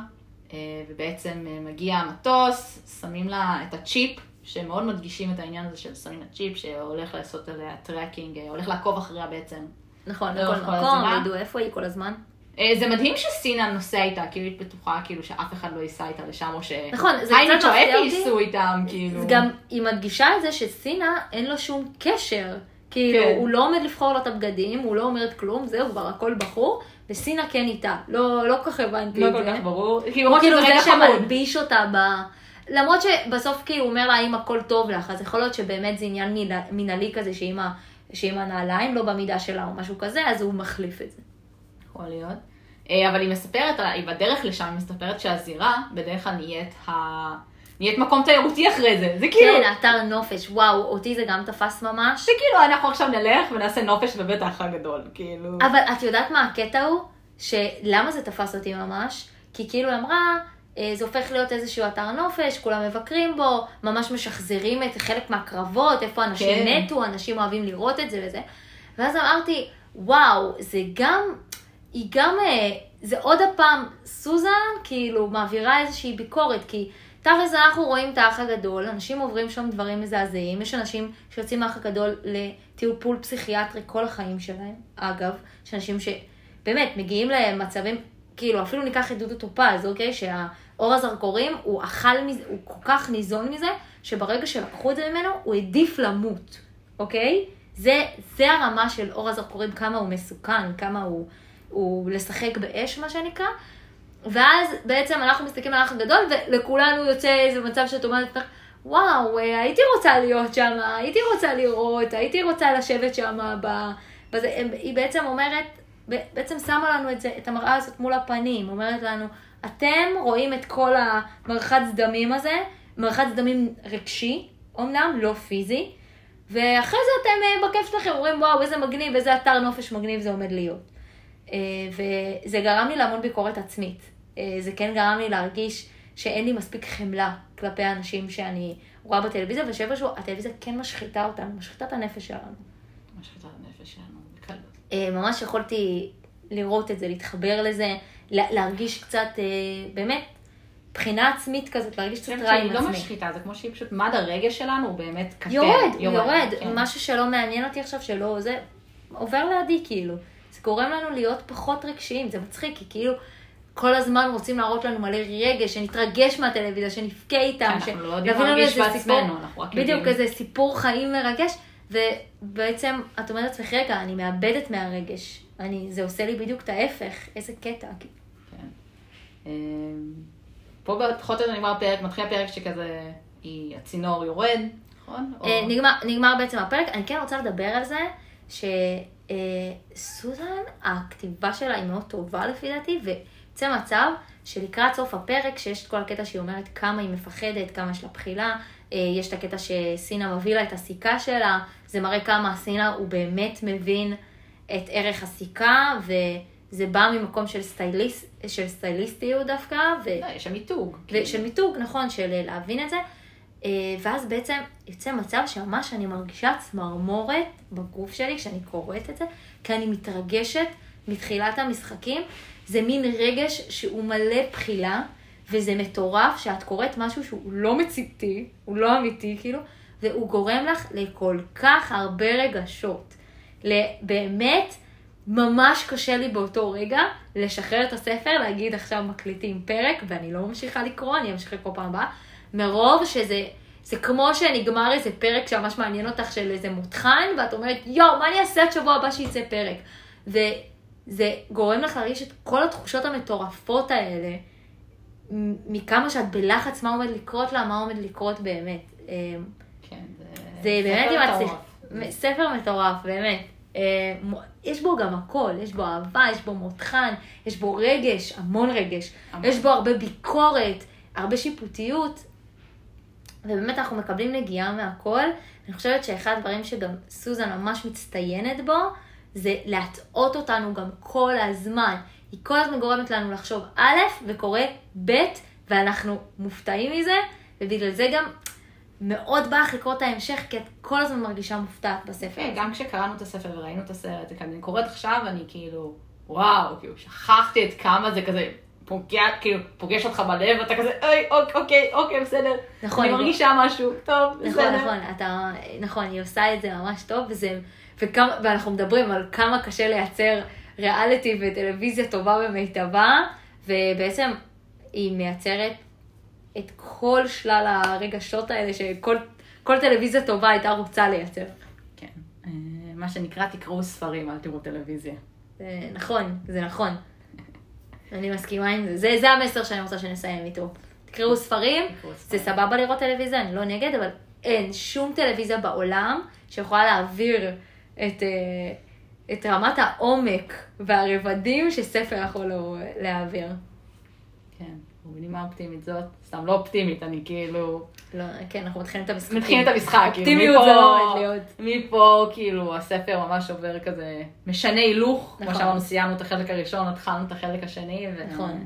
ובעצם מגיע המטוס, שמים לה את הצ'יפ, שמאוד מדגישים את העניין הזה של שמים הצ'יפ, שהולך לעשות עליה טרקינג, הולך לעקוב אחריה בעצם. נכון, בכל מקום, ידעו איפה היא כל הזמן. זה מדהים שסינה נוסע איתה, כאילו היא בטוחה, כאילו שאף אחד לא ייסע איתה לשם, או נכון, זה קצת מפתיע אותי. ייסעו איתם, כאילו. גם היא מדגישה את זה שסינה אין לו שום קשר. כאילו, הוא לא עומד לבחור לו את הבגדים, הוא לא אומרת כלום, זהו, כבר הכל בחור, וסינה כן איתה. לא כך הבנתי את זה. לא כל כך ברור. כאילו זה שמלביש אותה למרות שבסוף כאילו הוא אומר לה, אם הכל טוב לך, אז יכול להיות שבאמת זה עניין מנהלי כזה, שאם הנעליים לא במידה שלה או משהו כזה, אז הוא מחליף את זה. יכול להיות. אבל היא מספרת, היא בדרך לשם, היא מספרת שהזירה בדרך כלל נהיית מקום תיירותי אחרי זה. זה כאילו... כן, אתר נופש, וואו, אותי זה גם תפס ממש. זה כאילו, אנחנו עכשיו נלך ונעשה נופש בבית האח הגדול, כאילו. אבל את יודעת מה הקטע הוא? שלמה זה תפס אותי ממש? כי כאילו אמרה, זה הופך להיות איזשהו אתר נופש, כולם מבקרים בו, ממש משחזרים את חלק מהקרבות, איפה אנשים נטו, אנשים אוהבים לראות את זה וזה. ואז אמרתי, וואו, זה עוד הפעם, סוזן כאילו מעבירה איזושהי ביקורת, כי תכלס אנחנו רואים את האח הגדול, אנשים עוברים שם דברים מזעזעים, יש אנשים שיוצאים מהאח הגדול לטיפול פסיכיאטרי כל החיים שלהם, אגב, יש אנשים שבאמת מגיעים למצבים, כאילו אפילו ניקח את דודו טופז, אוקיי, שהאור הזרקורים הוא כל כך ניזון מזה, שברגע שלקחו את זה ממנו, הוא עדיף למות, אוקיי? זה הרמה של אור הזרקורים, כמה הוא מסוכן, כמה הוא לשחק באש, מה שנקרא. ואז בעצם אנחנו מסתכלים על האח הגדול, ולכולנו יוצא איזה מצב שאת אומרת, וואו, הייתי רוצה להיות שם, הייתי רוצה לראות, הייתי רוצה לשבת שם. היא בעצם אומרת, בעצם שמה לנו את המראה הזאת מול הפנים, אומרת לנו, אתם רואים את כל המרחץ דמים הזה, מרחץ דמים רגשי, אמנם לא פיזי, ואחרי זה אתם בכיף שלכם אומרים, וואו, איזה מגניב, איזה אתר נופש מגניב זה עומד להיות. וזה גרם לי להמון ביקורת עצמית. זה כן גרם לי להרגיש שאין לי מספיק חמלה כלפי האנשים שאני רואה בטלוויזיה, ושאיפשהו הטלוויזיה כן משחיתה אותנו, משחיתה את הנפש שלנו. משחיתה את הנפש שלנו, בקלות. ממש יכולתי לראות את זה, להתחבר לזה, להרגיש קצת, באמת, בחינה עצמית כזאת, להרגיש קצת רע עם עצמי. היא לא משחיתה, זה כמו שהיא פשוט, מד הרגש שלנו הוא באמת קטן. יורד. משהו שלא מעניין אותי עכשיו, שלא, זה עובר לידי כאילו. זה גורם לנו להיות פחות רגשיים, זה מצחיק, כי כאילו כל הזמן רוצים להראות לנו מלא רגש, שנתרגש מהטלוויזיה, שנפקה איתם, אנחנו לא יודעים להרגיש בעצמנו, אנחנו רק יודעים. בדיוק איזה סיפור חיים מרגש, ובעצם את אומרת לעצמך, רגע, אני מאבדת מהרגש, זה עושה לי בדיוק את ההפך, איזה קטע. כן. פה בפחות או יותר נגמר הפרק, מתחיל הפרק שכזה, הצינור יורד, נכון? נגמר בעצם הפרק, אני כן רוצה לדבר על זה, סוזן, הכתיבה שלה היא מאוד טובה לפי דעתי, ויוצא מצב שלקראת סוף הפרק, שיש את כל הקטע שהיא אומרת כמה היא מפחדת, כמה יש לה בחילה, יש את הקטע שסינה מביא לה את הסיכה שלה, זה מראה כמה סינה הוא באמת מבין את ערך הסיכה, וזה בא ממקום של סטייליסטיות דווקא. של מיתוג. של מיתוג, נכון, של להבין את זה. ואז בעצם יוצא מצב שממש אני מרגישה צמרמורת בגוף שלי כשאני קוראת את זה, כי אני מתרגשת מתחילת המשחקים. זה מין רגש שהוא מלא בחילה, וזה מטורף שאת קוראת משהו שהוא לא מציאותי, הוא לא אמיתי כאילו, והוא גורם לך לכל כך הרבה רגשות. באמת, ממש קשה לי באותו רגע לשחרר את הספר, להגיד עכשיו מקליטים פרק, ואני לא ממשיכה לקרוא, אני אמשיך לקרוא פעם הבאה, מרוב זה כמו שנגמר איזה פרק שממש מעניין אותך של איזה מותחן, ואת אומרת, יואו, מה אני אעשה את שבוע הבא שיצא פרק? וזה גורם לך להרגיש את כל התחושות המטורפות האלה, מכמה שאת בלחץ מה עומד לקרות לה, מה עומד לקרות באמת. כן, זה באמת ספר מטורף, באמת. יש בו גם הכל, יש בו אהבה, יש בו מותחן, יש בו רגש, המון רגש, יש בו הרבה ביקורת, הרבה שיפוטיות, ובאמת אנחנו מקבלים נגיעה מהכל. אני חושבת שאחד הדברים שגם סוזן ממש מצטיינת בו, זה להטעות אותנו גם כל הזמן. היא כל הזמן גורמת לנו לחשוב א' וקורא ב', ואנחנו מופתעים מזה, ובגלל זה גם מאוד בא לך לקרוא את ההמשך, כי את כל הזמן מרגישה מופתעת בספר. גם כשקראנו את הספר וראינו את הסרט, אני קוראת עכשיו, אני כאילו, וואו, כאילו, שכחתי את כמה זה כזה פוגש אותך בלב, ואתה כזה, אוקיי, בסדר. נכון. אני מרגישה משהו, טוב, בסדר. נכון, היא עושה את זה ממש טוב, ואנחנו מדברים על כמה קשה לייצר ריאליטי וטלוויזיה טובה ומיטבה, ובעצם היא מייצרת את כל שלל הרגשות האלה שכל טלוויזיה טובה הייתה רוצה לייצר. כן. מה שנקרא, תקראו ספרים, אל תראו טלוויזיה. זה נכון. אני מסכימה עם זה. זה המסר שאני רוצה שנסיים איתו. תקראו ספרים, זה סבבה לראות טלוויזיה, אני לא נגד, אבל אין שום טלוויזיה בעולם שיכולה להעביר את רמת העומק והרבדים שספר יכול להעביר. כן. ובנימה אופטימית זאת, סתם לא אופטימית, אני כאילו... לא, כן, אנחנו מתחילים את המשחקים. מתחילים את המשחק, אופטימיות זה לא עומד להיות. מפה, כאילו, הספר ממש עובר כזה, משנה הילוך, כמו שאמרנו, סיימנו את החלק הראשון, התחלנו את החלק השני, נכון.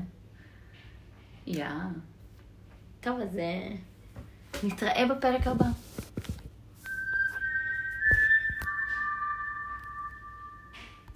טוב, אז נתראה בפרק הבא.